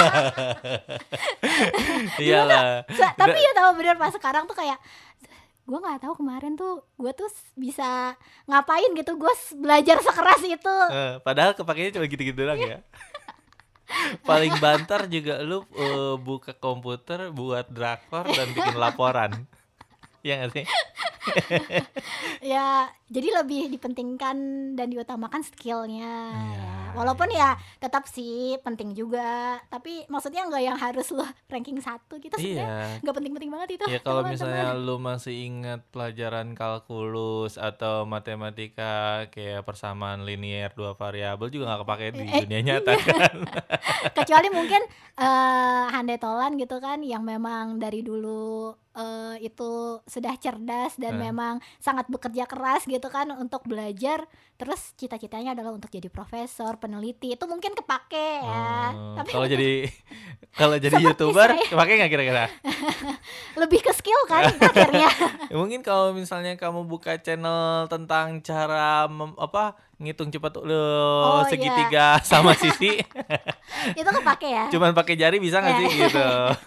Iyalah. Sa- tapi ya tahu bener pas sekarang tuh kayak gue nggak tahu kemarin tuh gue tuh s- bisa ngapain gitu, gue s- belajar sekeras itu. Eh, padahal kepakainya cuma gitu-gitu doang ya. Paling banter juga lu eh, buka komputer buat drakor dan bikin laporan. Iya nggak sih? Ya jadi lebih dipentingkan dan diutamakan skillnya Iya, ya. Walaupun ya tetap sih penting juga, tapi maksudnya nggak yang harus lo ranking satu gitu sebenarnya. Iya. Nggak penting-penting banget itu. Ya kalau teman-teman. misalnya lu masih ingat pelajaran kalkulus atau matematika kayak persamaan linier dua variabel juga nggak kepake di Eh, dunia nyata kan. Kecuali mungkin eh handai tolan gitu kan yang memang dari dulu eh, itu sudah cerdas dan Eh. memang sangat bekerja keras gitu kan untuk belajar, terus cita-citanya adalah untuk jadi profesor, peneliti, itu mungkin kepake ya. Oh, Tapi kalau untuk- jadi kalau jadi Seperti YouTuber saya. kepake nggak kira-kira? lebih ke skill kan akhirnya. Ya, mungkin kalau misalnya kamu buka channel tentang cara mem- apa ngitung cepat lo Oh, iya. segitiga sama sisi, Itu kepake ya. cuman pakai jari bisa nggak Ya. sih gitu?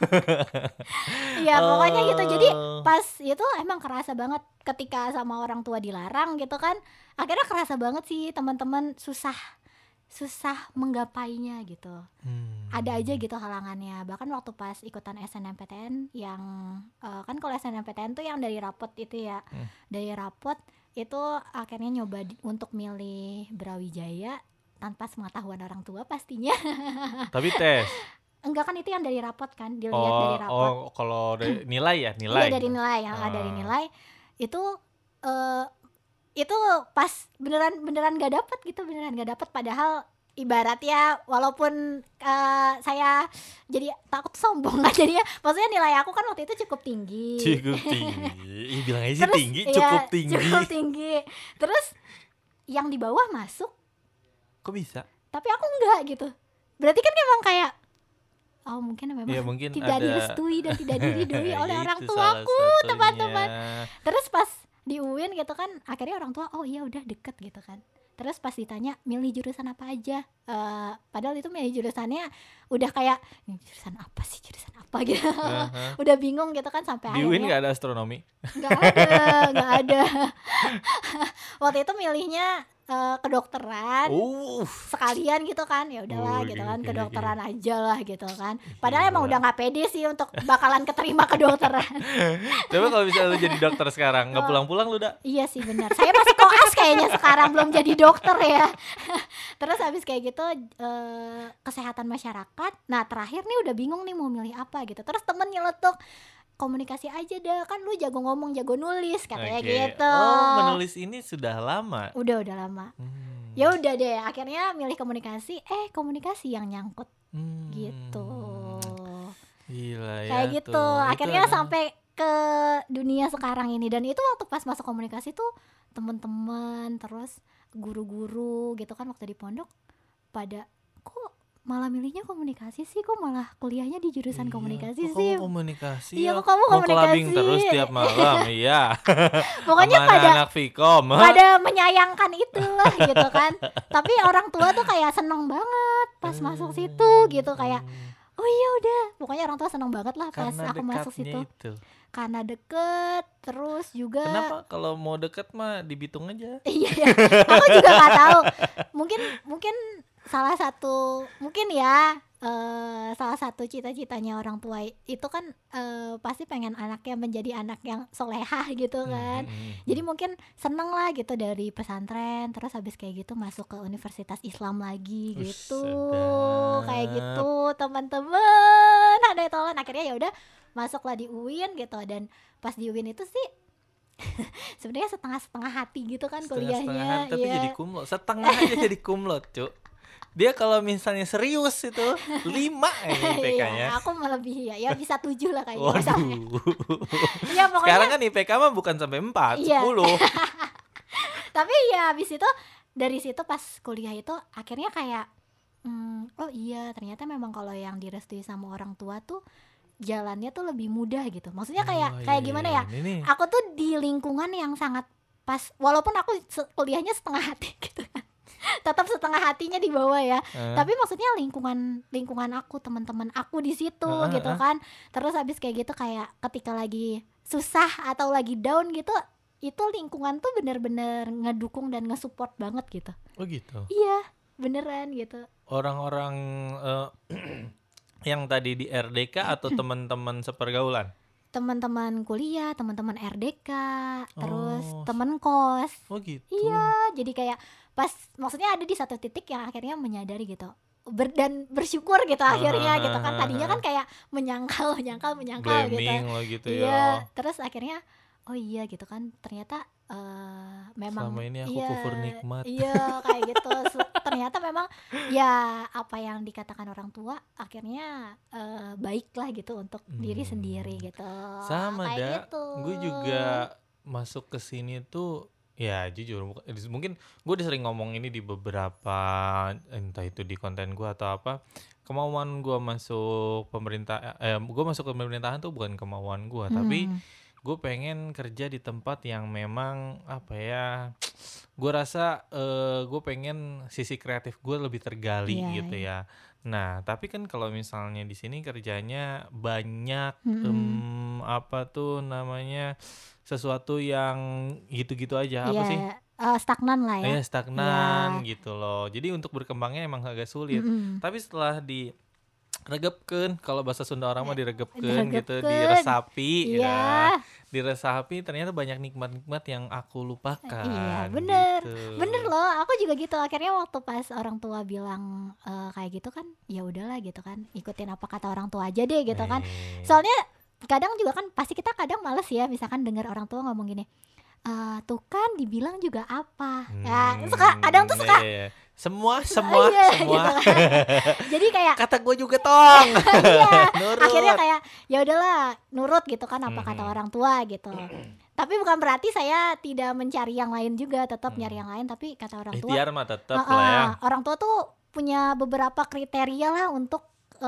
Iya pokoknya gitu. Jadi Oh. pas itu emang kerasa banget ketika sama orang tua dilarang gitu kan. Akhirnya kerasa banget sih teman-teman susah susah menggapainya gitu. Hmm. Ada aja gitu halangannya. Bahkan waktu pas ikutan S N M P T N yang eh, kan kalau S N M P T N tuh yang dari rapot itu ya. Hmm. Dari rapot itu akhirnya nyoba di- untuk milih Brawijaya tanpa sepengetahuan orang tua pastinya. Tapi tes. Enggak kan itu yang dari rapot kan, dilihat Oh, dari rapot. oh kalau dari nilai ya, nilai. Iya dari nilai yang Ah. dari nilai itu eh itu pas beneran beneran gak dapet gitu, beneran gak dapet padahal ibaratnya walaupun eh, saya jadi takut sombong lah jadinya, maksudnya nilai aku kan waktu itu cukup tinggi. Cukup tinggi. Ih, bilang aja sih Terus, tinggi, iya, cukup tinggi. Cukup tinggi. Terus yang di bawah masuk, Kok bisa? tapi aku enggak gitu. Berarti kan memang kayak oh mungkin memang Ya mungkin tidak ada direstui dan tidak diridoi oleh Ya, orang itu tuaku, salah teman-teman. satunya. Terus pas di U I N gitu kan akhirnya orang tua oh iya udah deket gitu kan. Terus pas ditanya milih jurusan apa aja, eh padahal itu milih jurusannya udah kayak "Ini jurusan apa sih jurusan apa gitu. Aha. Udah bingung gitu kan sampai Di U I N akhirnya nggak ada astronomi. nggak ada nggak ada. Waktu itu milihnya eh, kedokteran Uh, sekalian gitu kan, ya udahlah Oh, gitu gini, kan gini, kedokteran aja lah gitu kan. Padahal emang Gila. udah nggak pede sih untuk bakalan keterima kedokteran. coba kalau misalnya lu jadi dokter sekarang, nggak Oh. pulang-pulang lu dah. Iya sih benar. Saya masih koas kayaknya sekarang belum jadi dokter ya. Terus habis kayak gitu eh, kesehatan masyarakat. Nah terakhir nih udah bingung nih mau milih apa gitu. Terus temen nyeletuk komunikasi aja dah, kan lu jago ngomong jago nulis katanya Oke. gitu. Oh, menulis ini sudah lama. Udah udah lama. Hmm. Ya udah deh akhirnya milih komunikasi. Eh komunikasi yang nyangkut Hmm. gitu. Gila ya. Kayak gitu. tuh. Itu Akhirnya ada- sampai ke dunia sekarang ini, dan itu waktu pas masuk komunikasi tuh temen-temen terus guru-guru gitu kan waktu di pondok pada kok malah milihnya komunikasi sih, kok malah kuliahnya di jurusan Iya, komunikasi kok sih. kamu komunikasi. Iya, ya? kok kamu Mau komunikasi. kelabing terus tiap malam, iya. Pokoknya Sama pada anak Vkom. ha? pada menyayangkan itu lah gitu kan. Tapi orang tua tuh kayak seneng banget pas masuk situ gitu, kayak oh iya udah, pokoknya orang tua seneng banget lah pas Karena aku masuk dekatnya situ. itu. Karena deket, terus juga Kenapa kalau mau deket mah di Bitung aja? iya ya, aku juga nggak tahu. Mungkin mungkin salah satu mungkin ya eh, ya salah satu cita-citanya orang tua itu kan eh, pasti pengen anaknya menjadi anak yang solehah gitu kan. Mhm, Jadi mhm. mungkin seneng lah gitu dari pesantren terus habis kayak gitu masuk ke universitas Islam lagi Wih, gitu. Kayak sedap. gitu teman-teman. Ada tolong akhirnya ya udah masuklah di U I N gitu dan pas di U I N itu sih sebenarnya setengah-setengah hati gitu kan Setengah-setengahan kuliahnya. tapi Iya. jadi kumlot. Setengah aja jadi kumlot, Cuk. Dia kalau misalnya serius itu lima ini Iya, I P K-nya. aku melebihi ya. Ya bisa tujuh lah kayaknya misalnya. Waduh. Ya Sekarang pokoknya kan I P K mah bukan sampai empat, iya. sepuluh. Tapi ya habis itu dari situ pas kuliah itu akhirnya kayak hmm, oh iya ternyata memang kalau yang direstui sama orang tua tuh jalannya tuh lebih mudah gitu. Maksudnya kayak Oh, kayak iya, gimana iya. ya? Ini nih. Aku tuh di lingkungan yang sangat pas walaupun aku se- kuliahnya setengah hati gitu kan. Tetap setengah hatinya di bawah ya. Eh, Tapi maksudnya lingkungan lingkungan aku, teman-teman aku di situ eh, eh, gitu eh. kan. Terus habis kayak gitu kayak ketika lagi susah atau lagi down gitu, itu lingkungan tuh bener-bener ngedukung dan nge-support banget gitu. Oh gitu. Iya, beneran gitu. Orang-orang eh, yang tadi di R D K atau teman-teman sepergaulan? Teman-teman kuliah, teman-teman R D K, terus Oh, temen kos. oh gitu. Iya, jadi kayak pas maksudnya ada di satu titik yang akhirnya menyadari gitu. Ber, dan bersyukur gitu akhirnya gitu kan. Tadinya kan kayak menyangkal, menyangkal, menyangkal gitu. Blaming lo gitu Iya, ya. terus akhirnya oh iya gitu kan. Ternyata eh, memang Selama ini aku iya, kufur nikmat. iya kayak gitu. Se- Ternyata memang ya apa yang dikatakan orang tua akhirnya eh, baik lah gitu untuk diri Hmm. sendiri gitu. Sama Kayak Da, gitu. gue juga masuk ke sini tuh ya jujur buka- mungkin gue udah sering ngomong ini di beberapa entah itu di konten gue atau apa. Kemauan gue masuk pemerintah eh gue masuk ke pemerintahan tuh bukan kemauan gue, tapi Hmm. gue pengen kerja di tempat yang memang apa ya, gue rasa eh, gue pengen sisi kreatif gue lebih tergali Iya, gitu iya. ya. Nah tapi kan kalau misalnya di sini kerjanya banyak Mm-mm. em, apa tuh namanya sesuatu yang gitu-gitu aja, apa Iya, sih? eh, stagnan lah ya. Eh stagnan gitu loh. Jadi untuk berkembangnya emang agak sulit. Mm-mm. Tapi setelah diregepkeun, kalau bahasa Sunda orang mah diregepkeun gitu, Diregepkeun. diresapi Iya. ya. Diresapi ternyata banyak nikmat-nikmat yang aku lupakan. Iya, bener. Gitu. Bener loh, aku juga gitu. Akhirnya waktu pas orang tua bilang eh, kayak gitu kan, ya udahlah gitu kan, ikutin apa kata orang tua aja deh gitu kan. Eh, Soalnya kadang juga kan pasti kita kadang males ya, misalkan dengar orang tua ngomong gini, "Eh, tuh kan dibilang juga apa." Ya, suka kadang tuh hmm, suka iya, iya. Semua, semua, iya, semua. gitu kan. Jadi kayak Kata gue juga tong. iya, Nurut. akhirnya kayak ya udahlah nurut gitu kan apa kata Mhm. orang tua gitu. Tapi bukan berarti saya tidak mencari yang lain juga, tetap nyari Hmm. yang lain tapi kata orang tua Ikhtiar mah tetep Heeh, lah ya. orang tua tuh punya beberapa kriteria lah untuk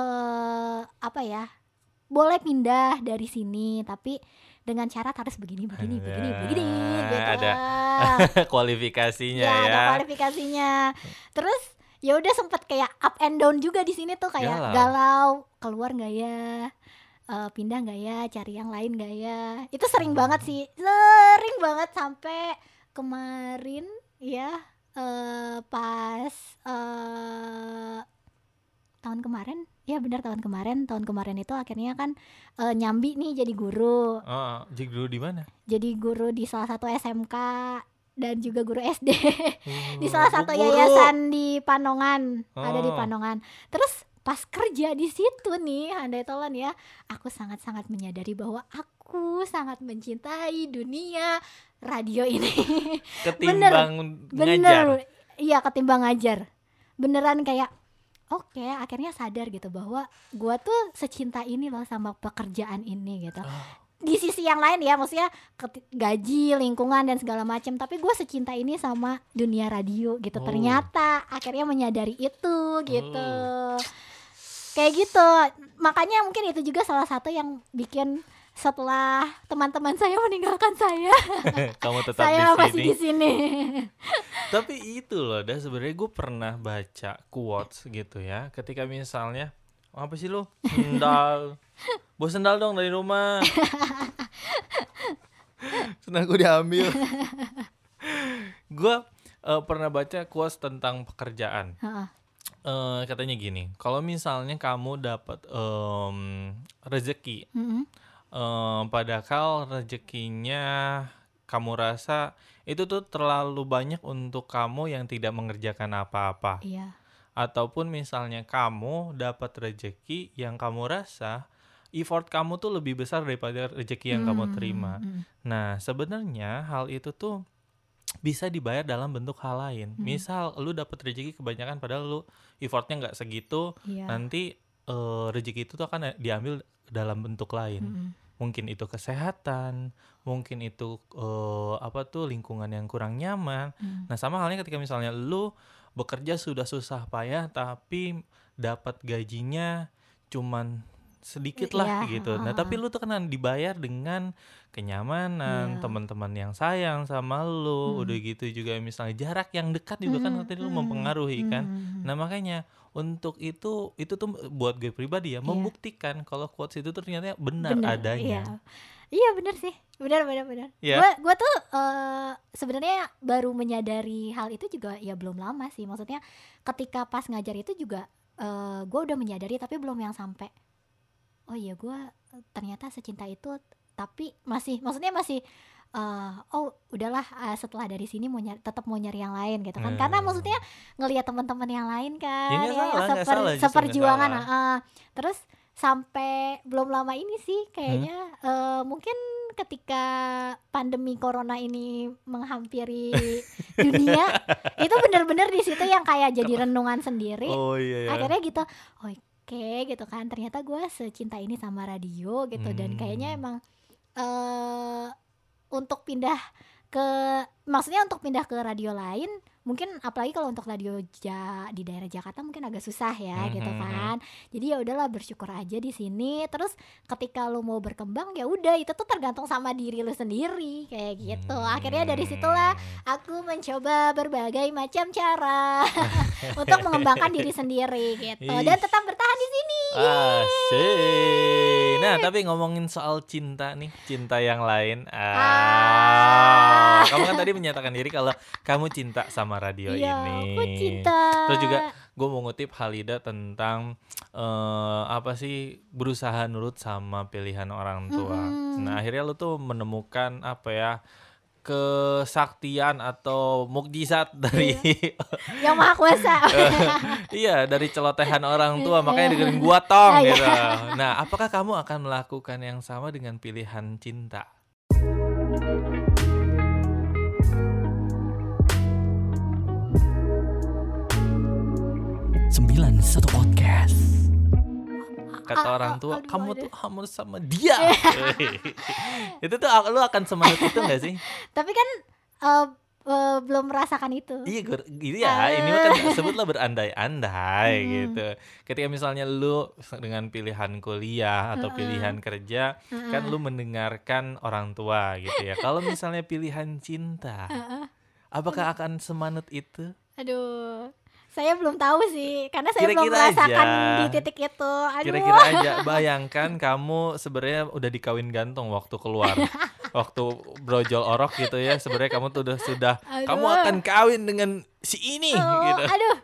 eh apa ya? Boleh pindah dari sini tapi dengan syarat harus begini begini begini Ada- begini gitu. ada kualifikasinya Ya, ya. ada kualifikasinya. Terus ya udah sempet kayak up and down juga di sini tuh kayak Galau. galau, keluar nggak ya, Eh, pindah nggak ya, cari yang lain nggak ya. Itu sering banget sih, sering banget sampai kemarin ya eh, pas eh, tahun kemarin, ya benar tahun kemarin, tahun kemarin itu akhirnya kan eh, nyambi nih jadi guru, Oh, jadi dulu di mana? jadi guru di salah satu S M K dan juga guru S D di Oh, salah Bu satu Guru. yayasan di Panongan, ada di Oh. Panongan. Terus pas kerja di situ nih, andai tolan ya, aku sangat-sangat menyadari bahwa aku sangat mencintai dunia radio ini. Ketimbang ngajar. Bener, iya ketimbang ngajar. Beneran kayak oke, akhirnya sadar gitu bahwa gua tuh secinta ini loh sama pekerjaan ini gitu. Oh. Di sisi yang lain ya, maksudnya keti- gaji, lingkungan dan segala macam, tapi gue secinta ini sama dunia radio gitu. Oh. Ternyata akhirnya menyadari itu gitu. Oh. Kayak gitu. Makanya mungkin itu juga salah satu yang bikin setelah teman-teman saya meninggalkan saya, Kamu tetap saya di masih sini. di sini. Tapi itu loh, dah sebenarnya gue pernah baca quotes gitu ya. Ketika misalnya, apa sih lu? Sendal. Bawa sendal dong dari rumah. Senang gue diambil. Gue eh, pernah baca quotes tentang pekerjaan. Heeh. eh, katanya gini, kalau misalnya kamu dapat em, rezeki, Mm-mm. eh, padahal rezekinya kamu rasa itu tuh terlalu banyak untuk kamu yang tidak mengerjakan apa-apa. Iya. Ataupun misalnya kamu dapat rezeki yang kamu rasa effort kamu tuh lebih besar daripada rezeki yang kamu terima. Hmm, mm, Nah, sebenarnya hal itu tuh bisa dibayar dalam bentuk hal lain. mm. Misal lu dapat rezeki kebanyakan padahal lu effortnya nggak segitu, Iya. nanti eh, rezeki itu tuh akan diambil dalam bentuk lain. Mm-mm. Mungkin itu kesehatan, mungkin itu eh, apa tuh lingkungan yang kurang nyaman. Mm. Nah, sama halnya ketika misalnya lu bekerja sudah susah payah tapi dapat gajinya cuman sedikit lah Iya, gitu. Nah, tapi heeh. lu tuh kan dibayar dengan kenyamanan, Iya. teman-teman yang sayang sama lu, udah Mm. gitu juga misalnya jarak yang dekat juga kan Mm-mm, tadi lu mm-mm, mempengaruhi kan. mm-mm. Nah, makanya untuk itu itu tuh buat gue pribadi ya Iya. membuktikan kalau quotes itu ternyata benar Bener, iya. adanya. Iya bener sih, bener bener bener. Iya. Gue gue tuh eh, sebenarnya baru menyadari hal itu juga ya belum lama sih. Maksudnya ketika pas ngajar itu juga eh, gue udah menyadari tapi belum yang sampai oh iya gue ternyata secinta itu, tapi masih maksudnya masih eh, oh udahlah eh, setelah dari sini mau nyari, tetap mau nyari yang lain gitu kan. Karena Hmm. maksudnya ngelihat teman-teman yang lain kan Ya nggak ya, salah, nggak seper- salah, justru nggak seperjuangan. salah. ah. Terus sampai belum lama ini sih kayaknya eh, mungkin ketika pandemi corona ini menghampiri dunia itu bener-bener di situ yang kayak jadi renungan sendiri. Oh iya ya. Akhirnya gitu, oke gitu kan, ternyata gue secinta ini sama radio gitu. Dan kayaknya Hmm. emang eh untuk pindah ke, maksudnya untuk pindah ke radio lain mungkin, apalagi kalau untuk radio ja, di daerah Jakarta mungkin agak susah ya gitu Mhm. kan. Jadi ya udahlah bersyukur aja di sini. Terus ketika lu mau berkembang ya udah itu tuh tergantung sama diri lu sendiri kayak gitu. Akhirnya dari situlah aku mencoba berbagai macam cara untuk mengembangkan diri sendiri gitu dan Ih. tetap bertahan di sini. Asik. Nah, tapi ngomongin soal cinta nih, cinta yang lain. Ah, Ah. kamu kan tadi menyatakan diri kalau kamu cinta sama radio Iya, ini. aku cinta. Terus juga gue mau ngutip Halida tentang eh, apa sih berusaha nurut sama pilihan orang tua. Mm-mm. Nah, akhirnya lu tuh menemukan apa ya kesaktian atau mukjizat dari Yang maha kuasa. iya dari celotehan orang tua, makanya dengerin gua tong Ah, iya. gitu. Nah, apakah kamu akan melakukan yang sama dengan pilihan cinta? sembilan puluh satu podcast. Kata Ah, orang ah, tua, aduh, kamu aduh. tuh hamil sama dia. Itu tuh lu akan semangat itu gak sih? Tapi kan eh, eh, belum merasakan itu. Iya, gue, gitu ya. Ini mah kan sebutlah berandai-andai Hmm. gitu. Ketika misalnya lu dengan pilihan kuliah atau Heeh. pilihan kerja, kan Heeh. lu mendengarkan orang tua gitu ya. Kalau misalnya pilihan cinta, Heeh. apakah akan semanut itu? Aduh, saya belum tahu sih, karena saya belum Kira-kira merasakan aja. di titik itu. Aduh. Kira-kira aja, bayangkan kamu sebenarnya udah dikawin gantung waktu keluar. Waktu brojol orok gitu ya, sebenarnya kamu tuh udah sudah Aduh. kamu akan kawin dengan si ini Oh, gitu. aduh.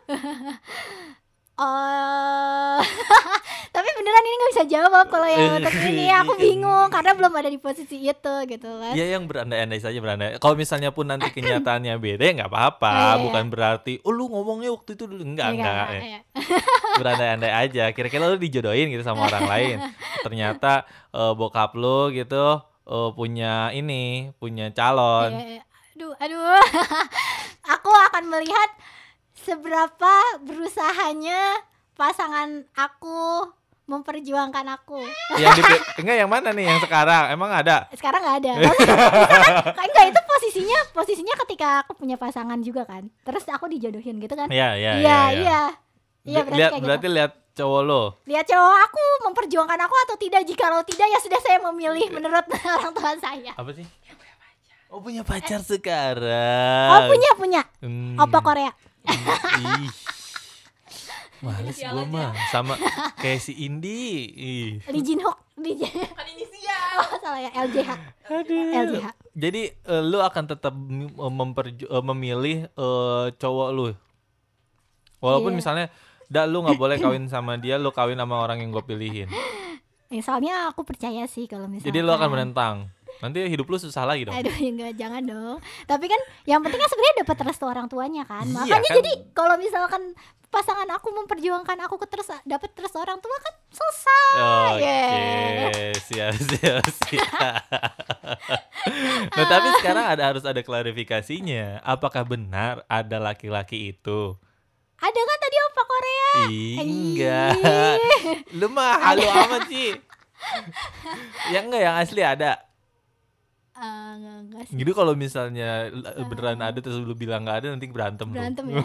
Oh, tapi beneran ini nggak bisa jawab kalau yang untuk ini. Aku bingung karena belum ada di posisi itu gitu kan. Ya yang berandai-andai saja berandai. Kalau misalnya pun nanti kenyataannya beda ya nggak apa-apa. Oh, iya, iya. Bukan berarti oh lu ngomongnya waktu itu dulu enggak enggak. ya. iya. Berandai-andai aja. Kira-kira lu dijodohin gitu sama orang lain. Ternyata eh, bokap lu gitu eh, punya ini, punya calon. Iya, iya. Aduh, aduh. Aku akan melihat seberapa berusahanya pasangan aku memperjuangkan aku. Yang di enggak yang mana nih yang sekarang? Emang ada? Sekarang nggak ada. Maksudnya, misalkan, enggak, itu posisinya posisinya ketika aku punya pasangan juga kan. Terus aku dijodohin gitu kan. Iya, iya, Iya, iya. iya. Iya, berarti lihat kayak berarti gitu. lihat cowok lo. Lihat cowok aku memperjuangkan aku atau tidak. Jikalau tidak ya sudah saya memilih menurut orang tua saya. Apa sih? Oh, punya pacar sekarang. Oh, punya punya. Hmm. Opa Korea. Ih. Males gue mah sama kayak si Indi. Ih. Lee Jin Hook. Lee Jin. Bukan inisial. Oh, salah ya, L J H. Aduh. L J H. Jadi eh, lu akan tetap m- eh, memperju- eh, memilih eh, cowok lu. Walaupun Iya. misalnya Da, lu nggak boleh kawin sama dia, lu kawin sama orang yang gue pilihin. Ya, soalnya aku percaya sih kalau misalkan. Jadi lu akan menentang. Nanti hidup lu susah lagi dong. Aduh, ya enggak, jangan dong. Tapi kan yang penting kan sebenarnya dapat restu orang tuanya kan. Iya, Makanya kan? jadi kalau misalkan pasangan aku memperjuangkan aku ke terus dapat restu orang tua kan selesai. Oke, Yeah. siap, siap, siap. Nah, tapi sekarang ada harus ada klarifikasinya. Apakah benar ada laki-laki itu? Ada kan tadi opa Korea? Ih, enggak. Lu mah halu amat sih. Yang enggak, yang asli ada. Uh, enggak, enggak sih. Gitu kalau misalnya l- beneran ada terus lu bilang enggak ada, nanti berantem lu. Berantem ya.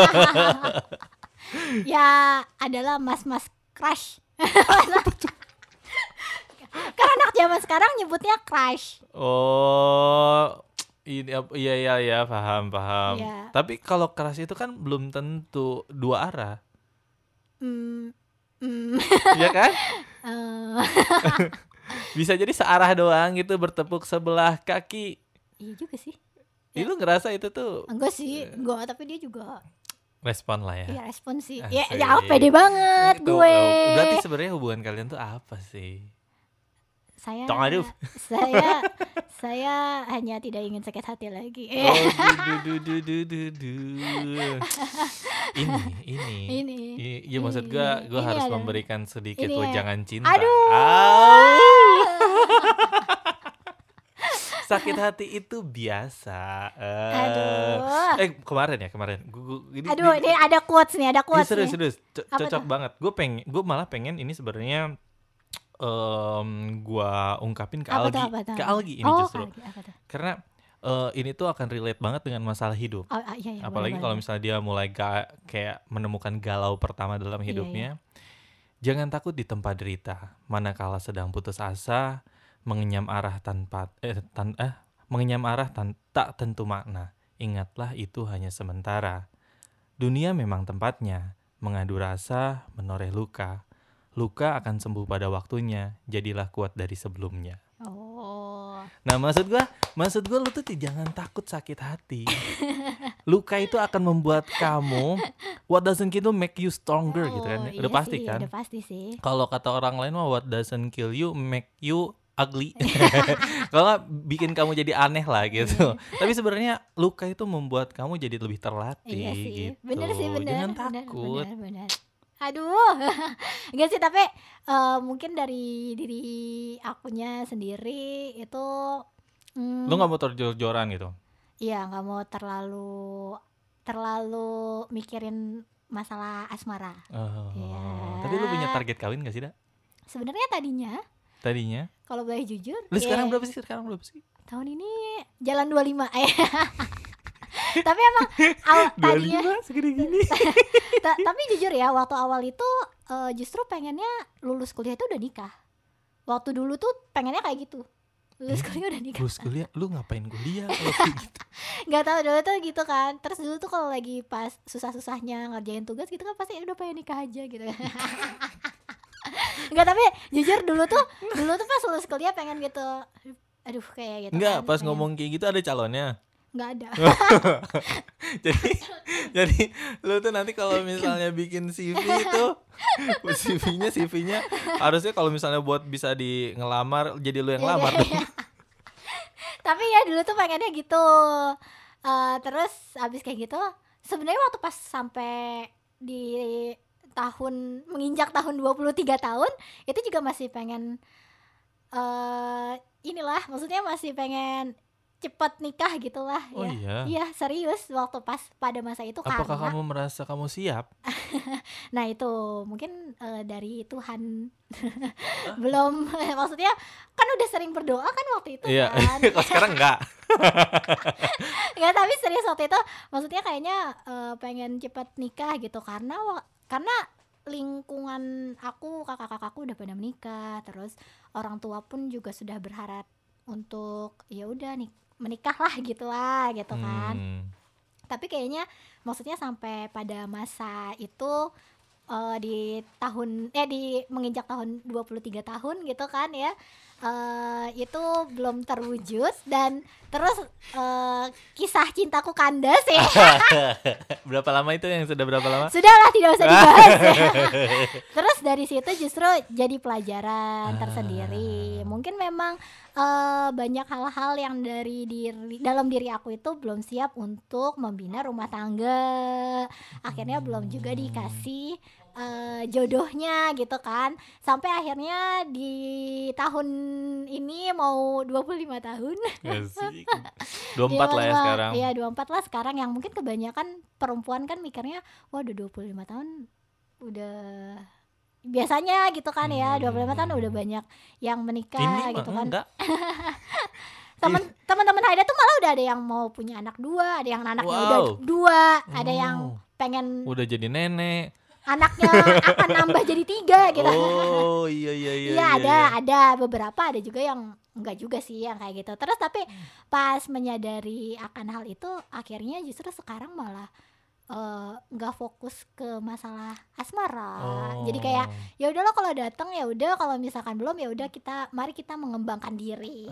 Ya adalah mas-mas crush. Karena anak zaman sekarang nyebutnya crush. Oh, ini ap- iya iya iya, paham paham. Iya. Tapi kalau keras itu kan belum tentu dua arah, Hmm, hmm, ya kan? eh, Bisa jadi searah doang gitu, bertepuk sebelah kaki. iya juga sih. Ih, lu ngerasa itu tuh Enggak sih, enggak, tapi dia juga respon lah ya. ya respon sih. Asik. Ya, ya pede banget Itu, gue. berarti sebenarnya hubungan kalian tuh apa sih? Saya Tong aduh. saya saya hanya tidak ingin sakit hati lagi. Oh, du, du, du, du, du, du. Ini, ini. Ini. I- Iya, maksud gua, gua Ini harus adalah- memberikan sedikit ini ya. wejangan cinta. Aduh. Au. Sakit hati itu biasa. Eh, Aduh. Eh, kemarin ya, kemarin. Gua, gua, ini, Aduh, ini ada quotes nih, ada ini quotes serius, nih. serius. Co- Apa cocok tuh? banget. Gue pengen, gue malah pengen ini sebenarnya em gua ungkapin ke Apa Algi, tuh, apa tuh? ke Algi ini Oh, justru. Algi, apa tuh? Karena eh, ini tuh akan relate banget dengan masalah hidup. Oh, ah, iya, iya, Apalagi boleh, kalau boleh. misalnya dia mulai ga, kayak menemukan galau pertama dalam Iya, hidupnya. Jangan takut di tempat derita, manakala sedang putus asa, mengenyam arah tanpa eh, tan, eh mengenyam arah tan, tak tentu makna. Ingatlah itu hanya sementara. Dunia memang tempatnya, mengadu rasa, menoreh luka. Luka akan sembuh pada waktunya, jadilah kuat dari sebelumnya. Oh. Nah, maksud gua, maksud gua lu tuh ti- jangan takut sakit hati. Luka itu akan membuat kamu, what doesn't kill you make you stronger gitu kan. Oh, Udah iya pasti sih, kan. udah pasti sih. Kalau kata orang lain mah what doesn't kill you make you ugly. Kalau nggak bikin kamu jadi aneh lah gitu. Tapi sebenarnya luka itu membuat kamu jadi lebih terlatih Iya sih, gitu. bener sih, bener. Jangan bener, takut. Bener, bener. Aduh, enggak sih, tapi eh, mungkin dari diri akunya sendiri itu, Lu hmm, nggak mau terjor-joran gitu. iya nggak mau terlalu terlalu mikirin masalah asmara. Oh, Iya. Tapi lu punya target kawin gak sih, Da? Sebenarnya tadinya, Tadinya? kalau boleh jujur, Lu ya, sekarang berapa sih? Sekarang berapa sih? tahun ini jalan dua puluh lima. Eh. Tapi emang awal, tadinya segede gini. ta- tapi jujur ya, waktu awal itu eh, justru pengennya lulus kuliah itu udah nikah. Waktu dulu tuh pengennya kayak gitu, lulus Hmm, kuliah udah nikah. Lulus kuliah, lu ngapain kuliah kalau kayak gitu? Nggak tahu dulu tuh gitu kan. Terus dulu tuh kalau lagi pas susah-susahnya ngerjain tugas gitu kan pasti udah pengen nikah aja gitu. Nggak, tapi jujur dulu tuh dulu tuh pas lulus kuliah pengen gitu. Aduh, kayak gitu. Enggak, kan, pas pengen. ngomong kayak gitu ada calonnya. Nggak ada. jadi jadi lu tuh nanti kalau misalnya bikin C V itu C V-nya C V-nya harusnya kalau misalnya buat bisa di ngelamar jadi lu yang Iya, lamar iya, dong. iya. Tapi ya dulu tuh pengennya gitu. Eh, terus abis kayak gitu, sebenarnya waktu pas sampai di tahun menginjak tahun dua puluh tiga tahun, itu juga masih pengen eh inilah, maksudnya masih pengen cepet nikah gitulah Oh ya. iya. Iya, serius waktu pas pada masa itu. Apakah Karena kamu merasa kamu siap? nah itu mungkin eh, dari Tuhan belum maksudnya kan udah sering berdoa kan waktu itu Iya. kan. Kalau sekarang enggak. Nggak, tapi serius waktu itu maksudnya kayaknya eh, pengen cepet nikah gitu karena wa- karena lingkungan aku, kakak-kakakku udah pada menikah, terus orang tua pun juga sudah berharap untuk ya udah nih menikah lah gitu lah gitu kan. Hmm. Tapi kayaknya maksudnya sampai pada masa itu eh, di tahun eh di menginjak tahun dua puluh tiga tahun gitu kan ya, uh, itu belum terwujud dan terus uh, kisah cintaku kandas ya. Berapa lama itu yang sudah berapa lama? Sudahlah, tidak usah dibahas. Terus dari situ justru jadi pelajaran tersendiri. Mungkin memang uh, banyak hal-hal yang dari diri dalam diri aku itu belum siap untuk membina rumah tangga. Akhirnya belum juga dikasih uh, jodohnya gitu kan. Sampai akhirnya di tahun ini mau dua puluh lima tahun. Asik. dua puluh empat lah ya sekarang. Iya, dua puluh empat lah sekarang, yang mungkin kebanyakan perempuan kan mikirnya wah udah dua puluh lima tahun udah biasanya gitu kan ya. dua puluh lima tahun udah banyak yang menikah. Ini gitu mah kan. enggak. Temen teman-teman Haida tuh malah udah ada yang mau punya anak dua, ada yang anaknya Wow. udah dua, ada Oh. yang pengen Udah jadi nenek. anaknya akan nambah jadi tiga gitu. Oh iya iya iya. Iya, ada iya. ada beberapa, ada juga yang enggak juga sih yang kayak gitu. Terus tapi pas menyadari akan hal itu, akhirnya justru sekarang malah eh, nggak fokus ke masalah asmara. Oh. Jadi kayak ya udahlah, kalau datang ya udah, kalau misalkan belum ya udah, kita mari kita mengembangkan diri.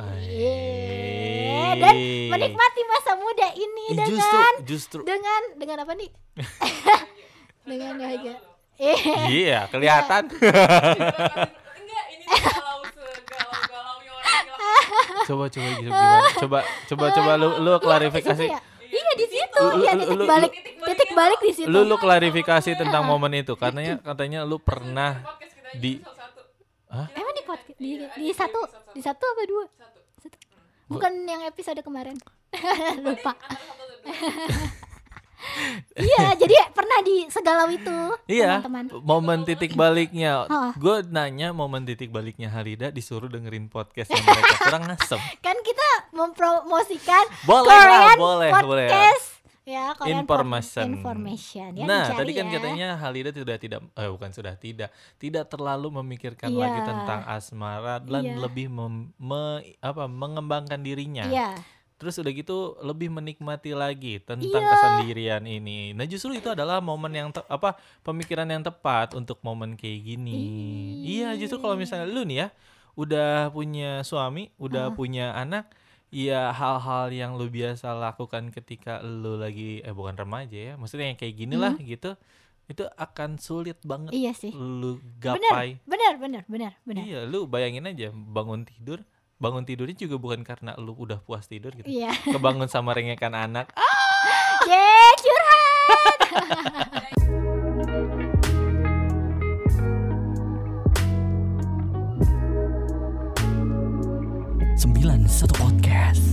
Ay. Dan menikmati masa muda ini Eh, dengan justru justru dengan dengan apa nih? Dengan bahagia. iya kelihatan. Enggak, ini tuh galau segalau-galaunya orang gila. coba coba gitu gimana? Coba coba coba lu lu klarifikasi. Iya, iya di situ. Lu- Iya, lu- titik lu- balik, titik titik baliknya balik di situ. Lu lu klarifikasi tentang momen itu, katanya katanya lu pernah Podcast kita aja di- satu-satu. Hah? Emang di podcast di, di satu di satu apa dua? Satu. Satu. Bukan yang episode kemarin. Lupa. Antara satu atau dua. Iya, jadi pernah di segalau itu, Iya, teman-teman. momen titik baliknya. Hah. Gue nanya momen titik baliknya Halida disuruh dengerin podcastnya mereka, kurang ngasem. Kan kita mempromosikan Boleh lah, Korean boleh, boleh. podcast. Ya, Korean Information. pod- information. Ya, Nah, dicari tadi kan ya. katanya Halida sudah tidak, eh bukan sudah tidak, tidak terlalu memikirkan Iya. lagi tentang asmara dan Iya. lebih mem- me- apa mengembangkan dirinya. Iya. Terus udah gitu lebih menikmati lagi tentang Iya. kesendirian ini. Nah, justru itu adalah momen yang te- apa pemikiran yang tepat untuk momen kayak gini. Ih. Iya, justru kalau misalnya lu nih ya udah punya suami, udah punya anak, ya hal-hal yang lu biasa lakukan ketika lu lagi eh bukan remaja ya, maksudnya yang kayak gini lah gitu, itu akan sulit banget Iya sih. lu Benar, gapai. benar, benar, benar, benar. Iya, lu bayangin aja bangun tidur, bangun tidurnya juga bukan karena lu udah puas tidur gitu. Iya. Kebangun sama rengekan anak. Yeay, curhat. sembilan satu Podcast.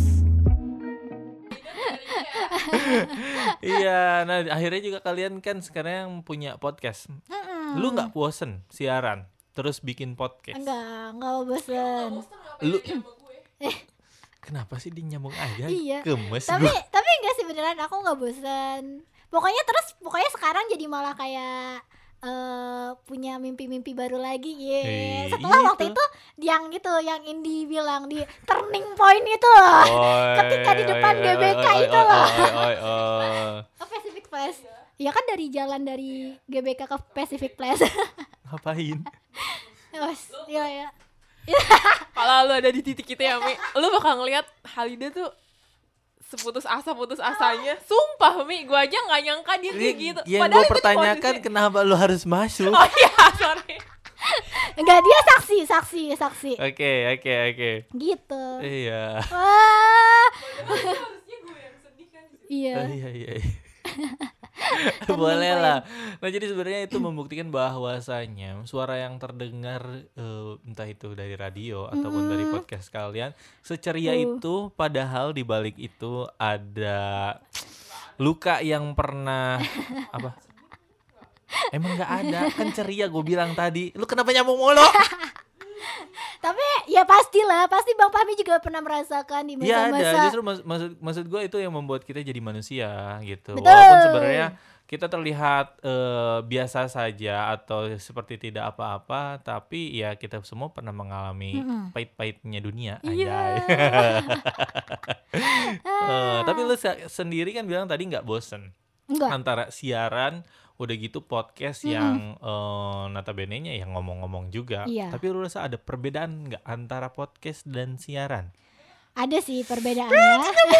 Iya, nah akhirnya juga kalian kan sekarang punya podcast. Mm-mm. Lu nggak bosen siaran terus bikin podcast? Enggak, enggak bosan. Lu Sama gue. kenapa sih dia nyambung aja? Iya. Gemes Tapi gua. tapi enggak sih, beneran aku enggak bosan. Pokoknya terus pokoknya sekarang jadi malah kayak eh punya mimpi-mimpi baru lagi ya. Eh, Setelah iya waktu tuh. itu yang itu yang Indi bilang di turning point itu loh. Oi, ketika di depan oi, G B K oi, oi, itu oi, loh. oi, oi, oi. Ke Pacific Place. Ya kan dari jalan dari G B K ke Pacific Place. Ngapain? Wes, iya ya. Kalau lu ada di titik itu ya, Mi, lu bakal ngeliat Halida tuh seputus asa putus asanya. Sumpah, Mi, gue aja nggak nyangka dia kayak gitu. Yang Padahal gue itu di pertanyakan posisi- kenapa lu harus masuk? Oh iya, sorry. Enggak, dia saksi, saksi, saksi. Oke, oke, oke. Gitu. Iya. Wah. Harusnya gue yang sedih kan. Iya. Oh, iya iya. iya. Boleh lah. Nah, jadi sebenarnya itu membuktikan bahwasanya suara yang terdengar eh, entah itu dari radio ataupun dari podcast kalian seceria Uh. itu, padahal di balik itu ada luka yang pernah apa? Emang nggak ada, kan ceria gue bilang tadi. Lu kenapa nyambung mulu? Tapi ya pastilah, pasti Bang Fahmi juga pernah merasakan di Iya ada, masa-masa. justru mas- maksud maksud gue itu yang membuat kita jadi manusia gitu. Betul. Walaupun sebenarnya kita terlihat eh, biasa saja atau seperti tidak apa-apa, tapi ya kita semua pernah mengalami Mm-mm. pahit-pahitnya dunia. Iya. Anjay. Eh, tapi lu se- sendiri kan bilang tadi nggak bosen Enggak. antara siaran udah gitu podcast Mm-mm. yang eh, notabene-nya yang ngomong-ngomong juga. Iya. Tapi lu rasa ada perbedaan nggak antara podcast dan siaran? Ada sih perbedaannya.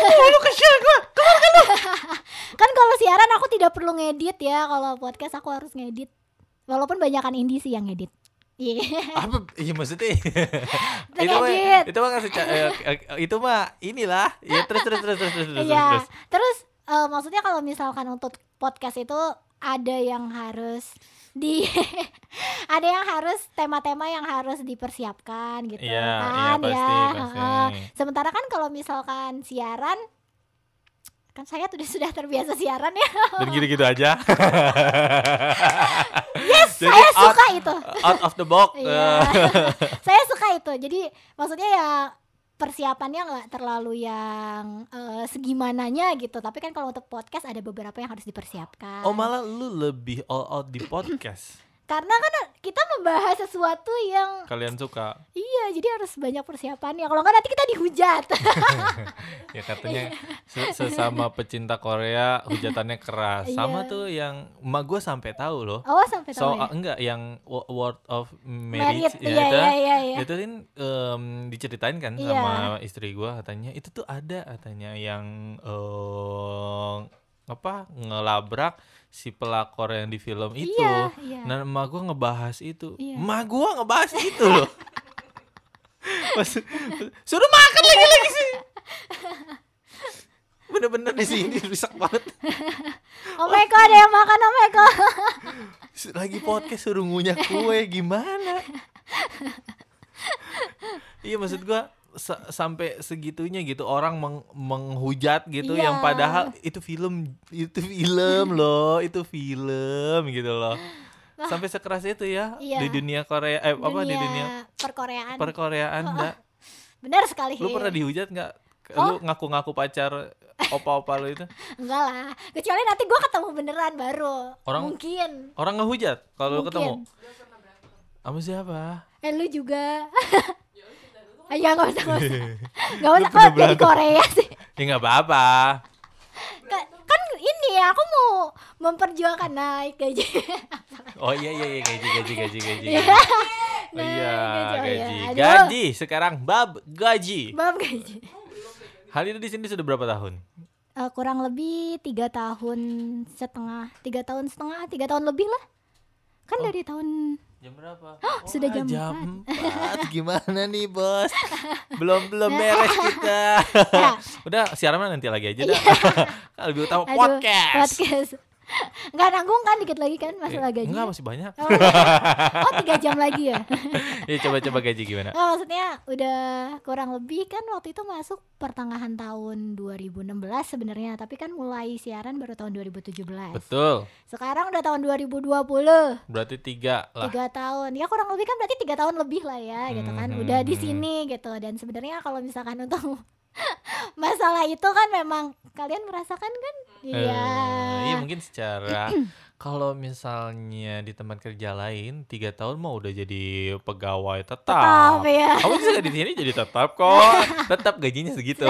Kan kalau siaran aku tidak perlu ngedit ya, kalau podcast aku harus ngedit. Walaupun banyakan indie sih yang ngedit. Iya. Apa? Iya maksudnya Udah itu mah ngedit. itu mah kan seca- eh, eh, itu mah inilah. Ya terus terus terus terus terus terus. Iya. terus. Terus eh, maksudnya kalau misalkan untuk podcast itu ada yang harus di ada yang harus tema-tema yang harus dipersiapkan gitu Iya, iya, kan pasti, ya. pasti. Heeh. Sementara kan kalau misalkan siaran kan saya sudah sudah terbiasa siaran ya. Dan gitu-gitu aja. Yes, Jadi saya out- suka itu. Out of the box. Iya. Saya suka itu. Jadi maksudnya ya persiapannya nggak terlalu yang eh, segimananya gitu. Tapi kan kalau untuk podcast ada beberapa yang harus dipersiapkan. Oh malah lu lebih all out di podcast. Karena kan kita membahas sesuatu yang Kalian suka. iya, jadi harus banyak persiapannya. Kalau nggak nanti kita dihujat. Ya katanya se- sesama pecinta Korea hujatannya keras. Sama Iya. tuh yang emak gue sampai tahu loh. Oh sampai So tahu ya. uh, enggak yang wo- word of Merit, marriage iya, ya itu. iya, iya, iya. Itu kan em, diceritain kan Iya. sama istri gue katanya itu tuh ada katanya yang eh apa ngelabrak si pelakor yang di film itu. Iya, iya. Nah, emak gue ngebahas itu. Iya. Emak gue ngebahas itu loh. Maksud- suruh makan lagi-lagi sih. Bener-bener di sini rusak banget. Oh my god, ada yang makan oh my god. Lagi podcast suruh ngunyah kue gimana? Iya maksud gua sa- sampai segitunya gitu orang meng- menghujat gitu Iya. yang padahal itu film itu film loh itu film gitu loh sampai sekeras itu ya Iya. di dunia Korea eh apa di dunia perkoreaan. perkoreaan enggak Benar sekali. lu pernah dihujat nggak Oh. lu ngaku-ngaku pacar opa-opa lu itu Enggak lah. Kecuali nanti gua ketemu beneran baru. Orang- Mungkin. orang ngehujat kalau lu Mungkin. ketemu sama siapa Eh lu juga. Ah, ya nggak usah, nggak usah. Nggak Lu usah. pernah Kok dari berantem? Korea sih? ya nggak apa-apa. Ka- Kan ini ya, aku mau memperjuangkan naik gaji. Oh iya iya iya gaji gaji gaji gaji. Iya. Oh, Nah, iya gaji, oh gaji. iya. Aduh. Gaji sekarang bab gaji. Bab gaji. Hal itu di sini sudah berapa tahun? Eh, kurang lebih tiga tahun setengah, tiga tahun setengah, tiga tahun lebih lah. Kan dari tahun Jam berapa? sudah jam jam empat. Gimana nih, Bos? Belum belum beres kita. Ya. Udah siaran nanti lagi aja dah. Lebih utama Aduh, podcast. podcast. Nggak nanggung kan dikit lagi kan masalah gaji. Enggak, masih banyak. Oh, oh tiga jam lagi ya. Ya coba-coba gaji gimana? Nggak, maksudnya udah kurang lebih kan waktu itu masuk pertengahan tahun dua ribu enam belas sebenarnya, tapi kan mulai siaran baru tahun dua ribu tujuh belas. Betul. Sekarang udah tahun dua ribu dua puluh. Berarti tiga lah. Tiga tahun ya kurang lebih kan berarti tiga tahun lebih lah ya gitu kan, Hmm, udah di hmm. sini gitu. Dan sebenarnya kalau misalkan untuk masalah itu kan memang kalian merasakan kan. Iya. Eh, iya mungkin secara kalau misalnya di tempat kerja lain tiga tahun mau udah jadi pegawai tetap. Tetap, ya. Kamu juga di sini jadi tetap kok. Tetap gajinya segitu.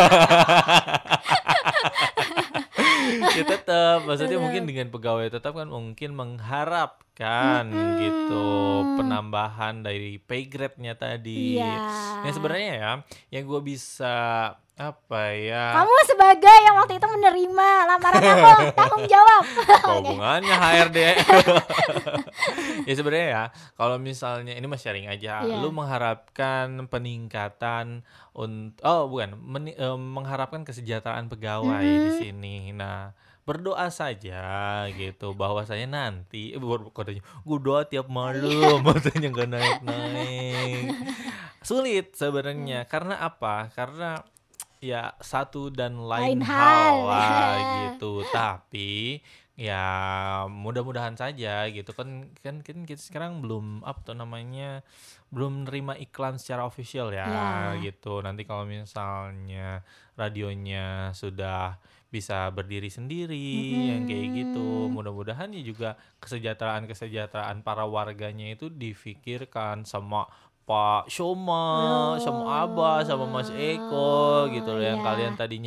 Ya tetap, maksudnya Tetap. mungkin dengan pegawai tetap kan mungkin mengharapkan gitu penambahan dari pay grade-nya tadi. Iya. Yang sebenarnya ya, yang gue bisa apa ya? Kamu sebagai yang waktu itu menerima lamaran aku tanggung jawab. Apa hubungannya H R D? Ya sebenarnya ya, kalau misalnya ini mas sharing aja, Iya. lu mengharapkan peningkatan untuk oh bukan, meni- eh, mengharapkan kesejahteraan pegawai di sini. Nah, berdoa saja gitu bahwasanya nanti eh, bukan katanya gue doa tiap malam maksudnya nggak naik-naik. Sulit sebenarnya karena apa? Karena ya satu dan lain, Lain hal hal. lah gitu. Tapi ya mudah-mudahan saja gitu kan kan kan kita sekarang belum apa tuh namanya belum nerima iklan secara official ya Ya. gitu. Nanti kalau misalnya radionya sudah bisa berdiri sendiri yang kayak gitu, mudah-mudahan ya juga kesejahteraan-kesejahteraan para warganya itu difikirkan sama Pak Shoma, sama Abah, sama Mas Eko gitu loh yang iya. kalian tadinya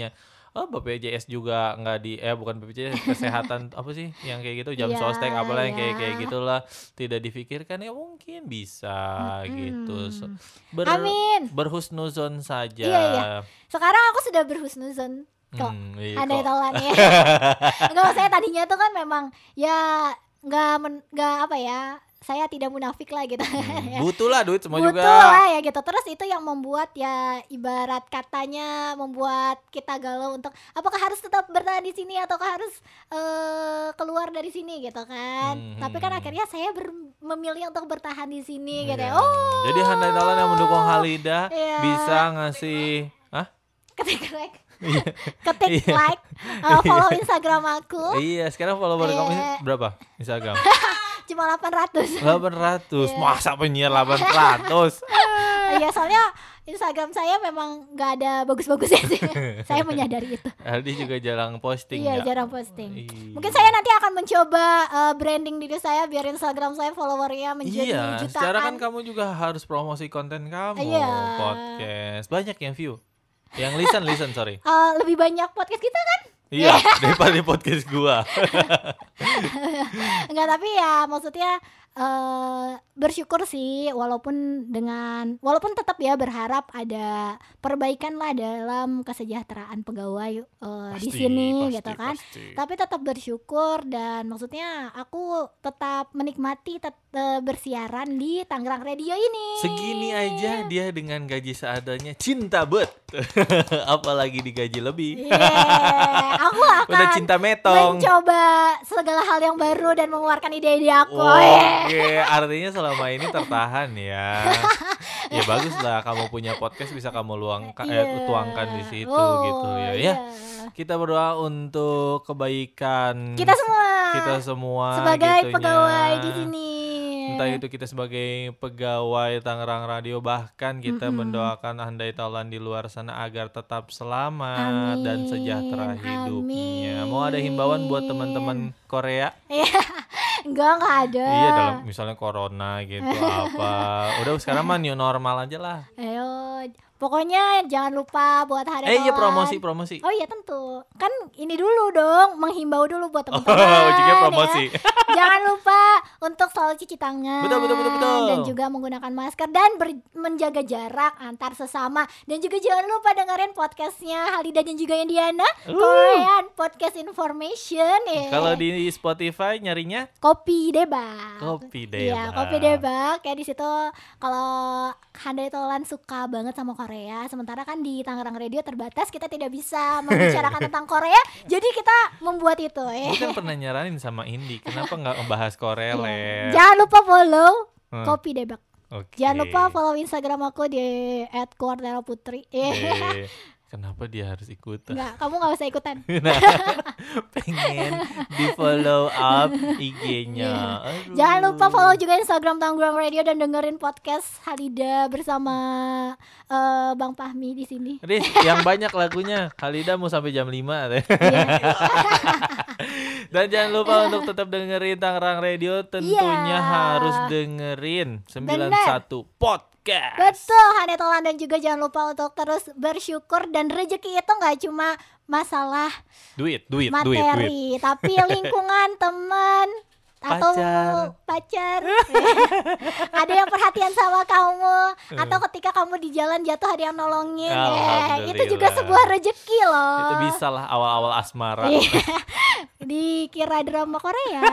oh B P J S juga nggak di eh bukan B P J S kesehatan apa sih yang kayak gitu jam Iya, sostek apalah yang kayak iya. kayak gitulah tidak difikirkan ya mungkin bisa Mm-mm. gitu. So, ber, Amin. berhusnuzon saja. Iya, iya. Sekarang aku sudah berhusnuzon kok. Hmm, iya, Andai kok. tolan ya. Enggak, maksudnya tadinya tuh kan memang ya nggak men- nggak apa ya, saya tidak munafik lah gitu. Hmm, butuh lah duit semua Butuh juga. lah ya gitu. Terus itu yang membuat ya ibarat katanya membuat kita galau untuk apakah harus tetap bertahan di sini ataukah harus eh, keluar dari sini gitu kan. Hmm, Tapi kan hmm. akhirnya saya ber- memilih untuk bertahan di sini gitu Iya. ya. Oh, Jadi Handai Talan yang mendukung Halida Iya. bisa ngasih Hah? ketik like, Iya. ketik Iya. like, eh, follow Instagram aku Iya, sekarang follower kamu Eh. berapa? Instagram? cuma delapan ratus. delapan ratus. Iya. Masa penyiar delapan ratus? Iya, soalnya Instagram saya memang nggak ada bagus-bagusnya sih. Saya menyadari itu. Aldi juga jarang posting Iya, ya. jarang posting. Iya. Mungkin saya nanti akan mencoba eh, branding diri saya biar Instagram saya followernya menjadi Iya, jutaan. secara kan kamu juga harus promosi konten kamu, Iya. podcast. Banyak yang view. Yang listen, listen, sorry. Eh, lebih banyak podcast kita kan? Iya, daripada di podcast gua. Enggak, tapi ya maksudnya eh bersyukur sih walaupun dengan walaupun tetap ya berharap ada perbaikan lah dalam kesejahteraan pegawai eh, di Pasti, sini pasti, gitu kan. pasti. Tapi tetap bersyukur dan maksudnya aku tetap menikmati tet- eh, bersiaran di Tangerang Radio ini. Segini aja dia dengan gaji seadanya cinta bet. Apalagi digaji lebih. Iya, aku akan Udah cinta metong. mencoba segala hal yang baru dan mengeluarkan ide-ide aku. Oke, artinya selama ini tertahan ya. Ya bagus lah kamu punya podcast bisa kamu luangkan eh, Iya. tuangkan di situ Oh, gitu ya. iya. Ya, kita berdoa untuk kebaikan Kita semua kita semua sebagai gitunya. pegawai di sini. Entah itu kita sebagai pegawai Tangerang Radio, bahkan kita Mm-mm. mendoakan Handai Talan di luar sana agar tetap selamat Amin, dan sejahtera hidupnya. amin. Mau ada himbauan buat teman-teman Korea? Enggak, enggak ada. Iya, dalam misalnya corona gitu apa. Udah sekarang mah new normal aja lah. Ayo, pokoknya jangan lupa buat hari Eh iya promosi promosi. Oh iya tentu. Kan ini dulu dong, menghimbau dulu buat teman-teman. Oh, ujungnya ya. promosi. Jangan lupa untuk selalu cuci tangan. Betul, betul, betul, betul. Dan juga menggunakan masker dan ber- menjaga jarak antar sesama. Dan juga jangan lupa dengerin podcastnya Halida dan juga Indiana, Uh. Korean Podcast Information. Ya. Kalau di Spotify nyarinya Kopi Debak. Kopi Iya, Debak. Kopi Debak. Kayak di situ kalau Handai Tolan suka banget sama Korea, sementara kan di Tangerang Radio terbatas, kita tidak bisa membicarakan tentang Korea. Jadi kita membuat itu. Eh. Gue kan pernah nyaranin sama Indi, kenapa nggak ngebahas Korea, Iya. Lep? Jangan lupa follow Hmm. Kopi Debak. Oke. Jangan lupa follow Instagram aku di et kuartera putri. Eh, Eh, kenapa dia harus ikutan? enggak, kamu nggak usah ikutan. Nah, pengen di follow up I G-nya. Aduh. Jangan lupa follow juga Instagram Tangerang Radio dan dengerin podcast Halida bersama eh, Bang Fahmi di sini. Riz, yang banyak lagunya. Halida mau sampai jam lima deh. Iya. Dan jangan lupa untuk tetap dengerin Tangerang Radio. Tentunya Iya. harus dengerin sembilan puluh satu Podcast. Betul, Handai Tolan, dan juga jangan lupa untuk terus bersyukur dan rezeki itu nggak cuma masalah Duit, duit, duit, duit. materi, tapi lingkungan, teman atau Pacar. pacar. Ada yang perhatian sama kamu, atau ketika kamu di jalan jatuh ada yang nolongin. Eh, Alhamdulillah. itu juga sebuah rezeki loh. Itu bisa lah awal-awal asmara. Iya. Dikira drama Korea.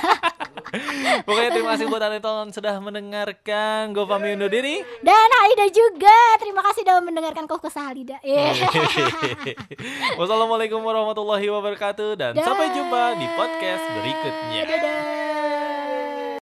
Pokoknya terima kasih buat Handai Talan sudah mendengarkan. Gue pamit undur diri. Dan Halida juga, terima kasih sudah mendengarkan Kukus Halida. Iya. Wassalamualaikum warahmatullahi wabarakatuh dan Dah. sampai jumpa di podcast berikutnya. Dadah.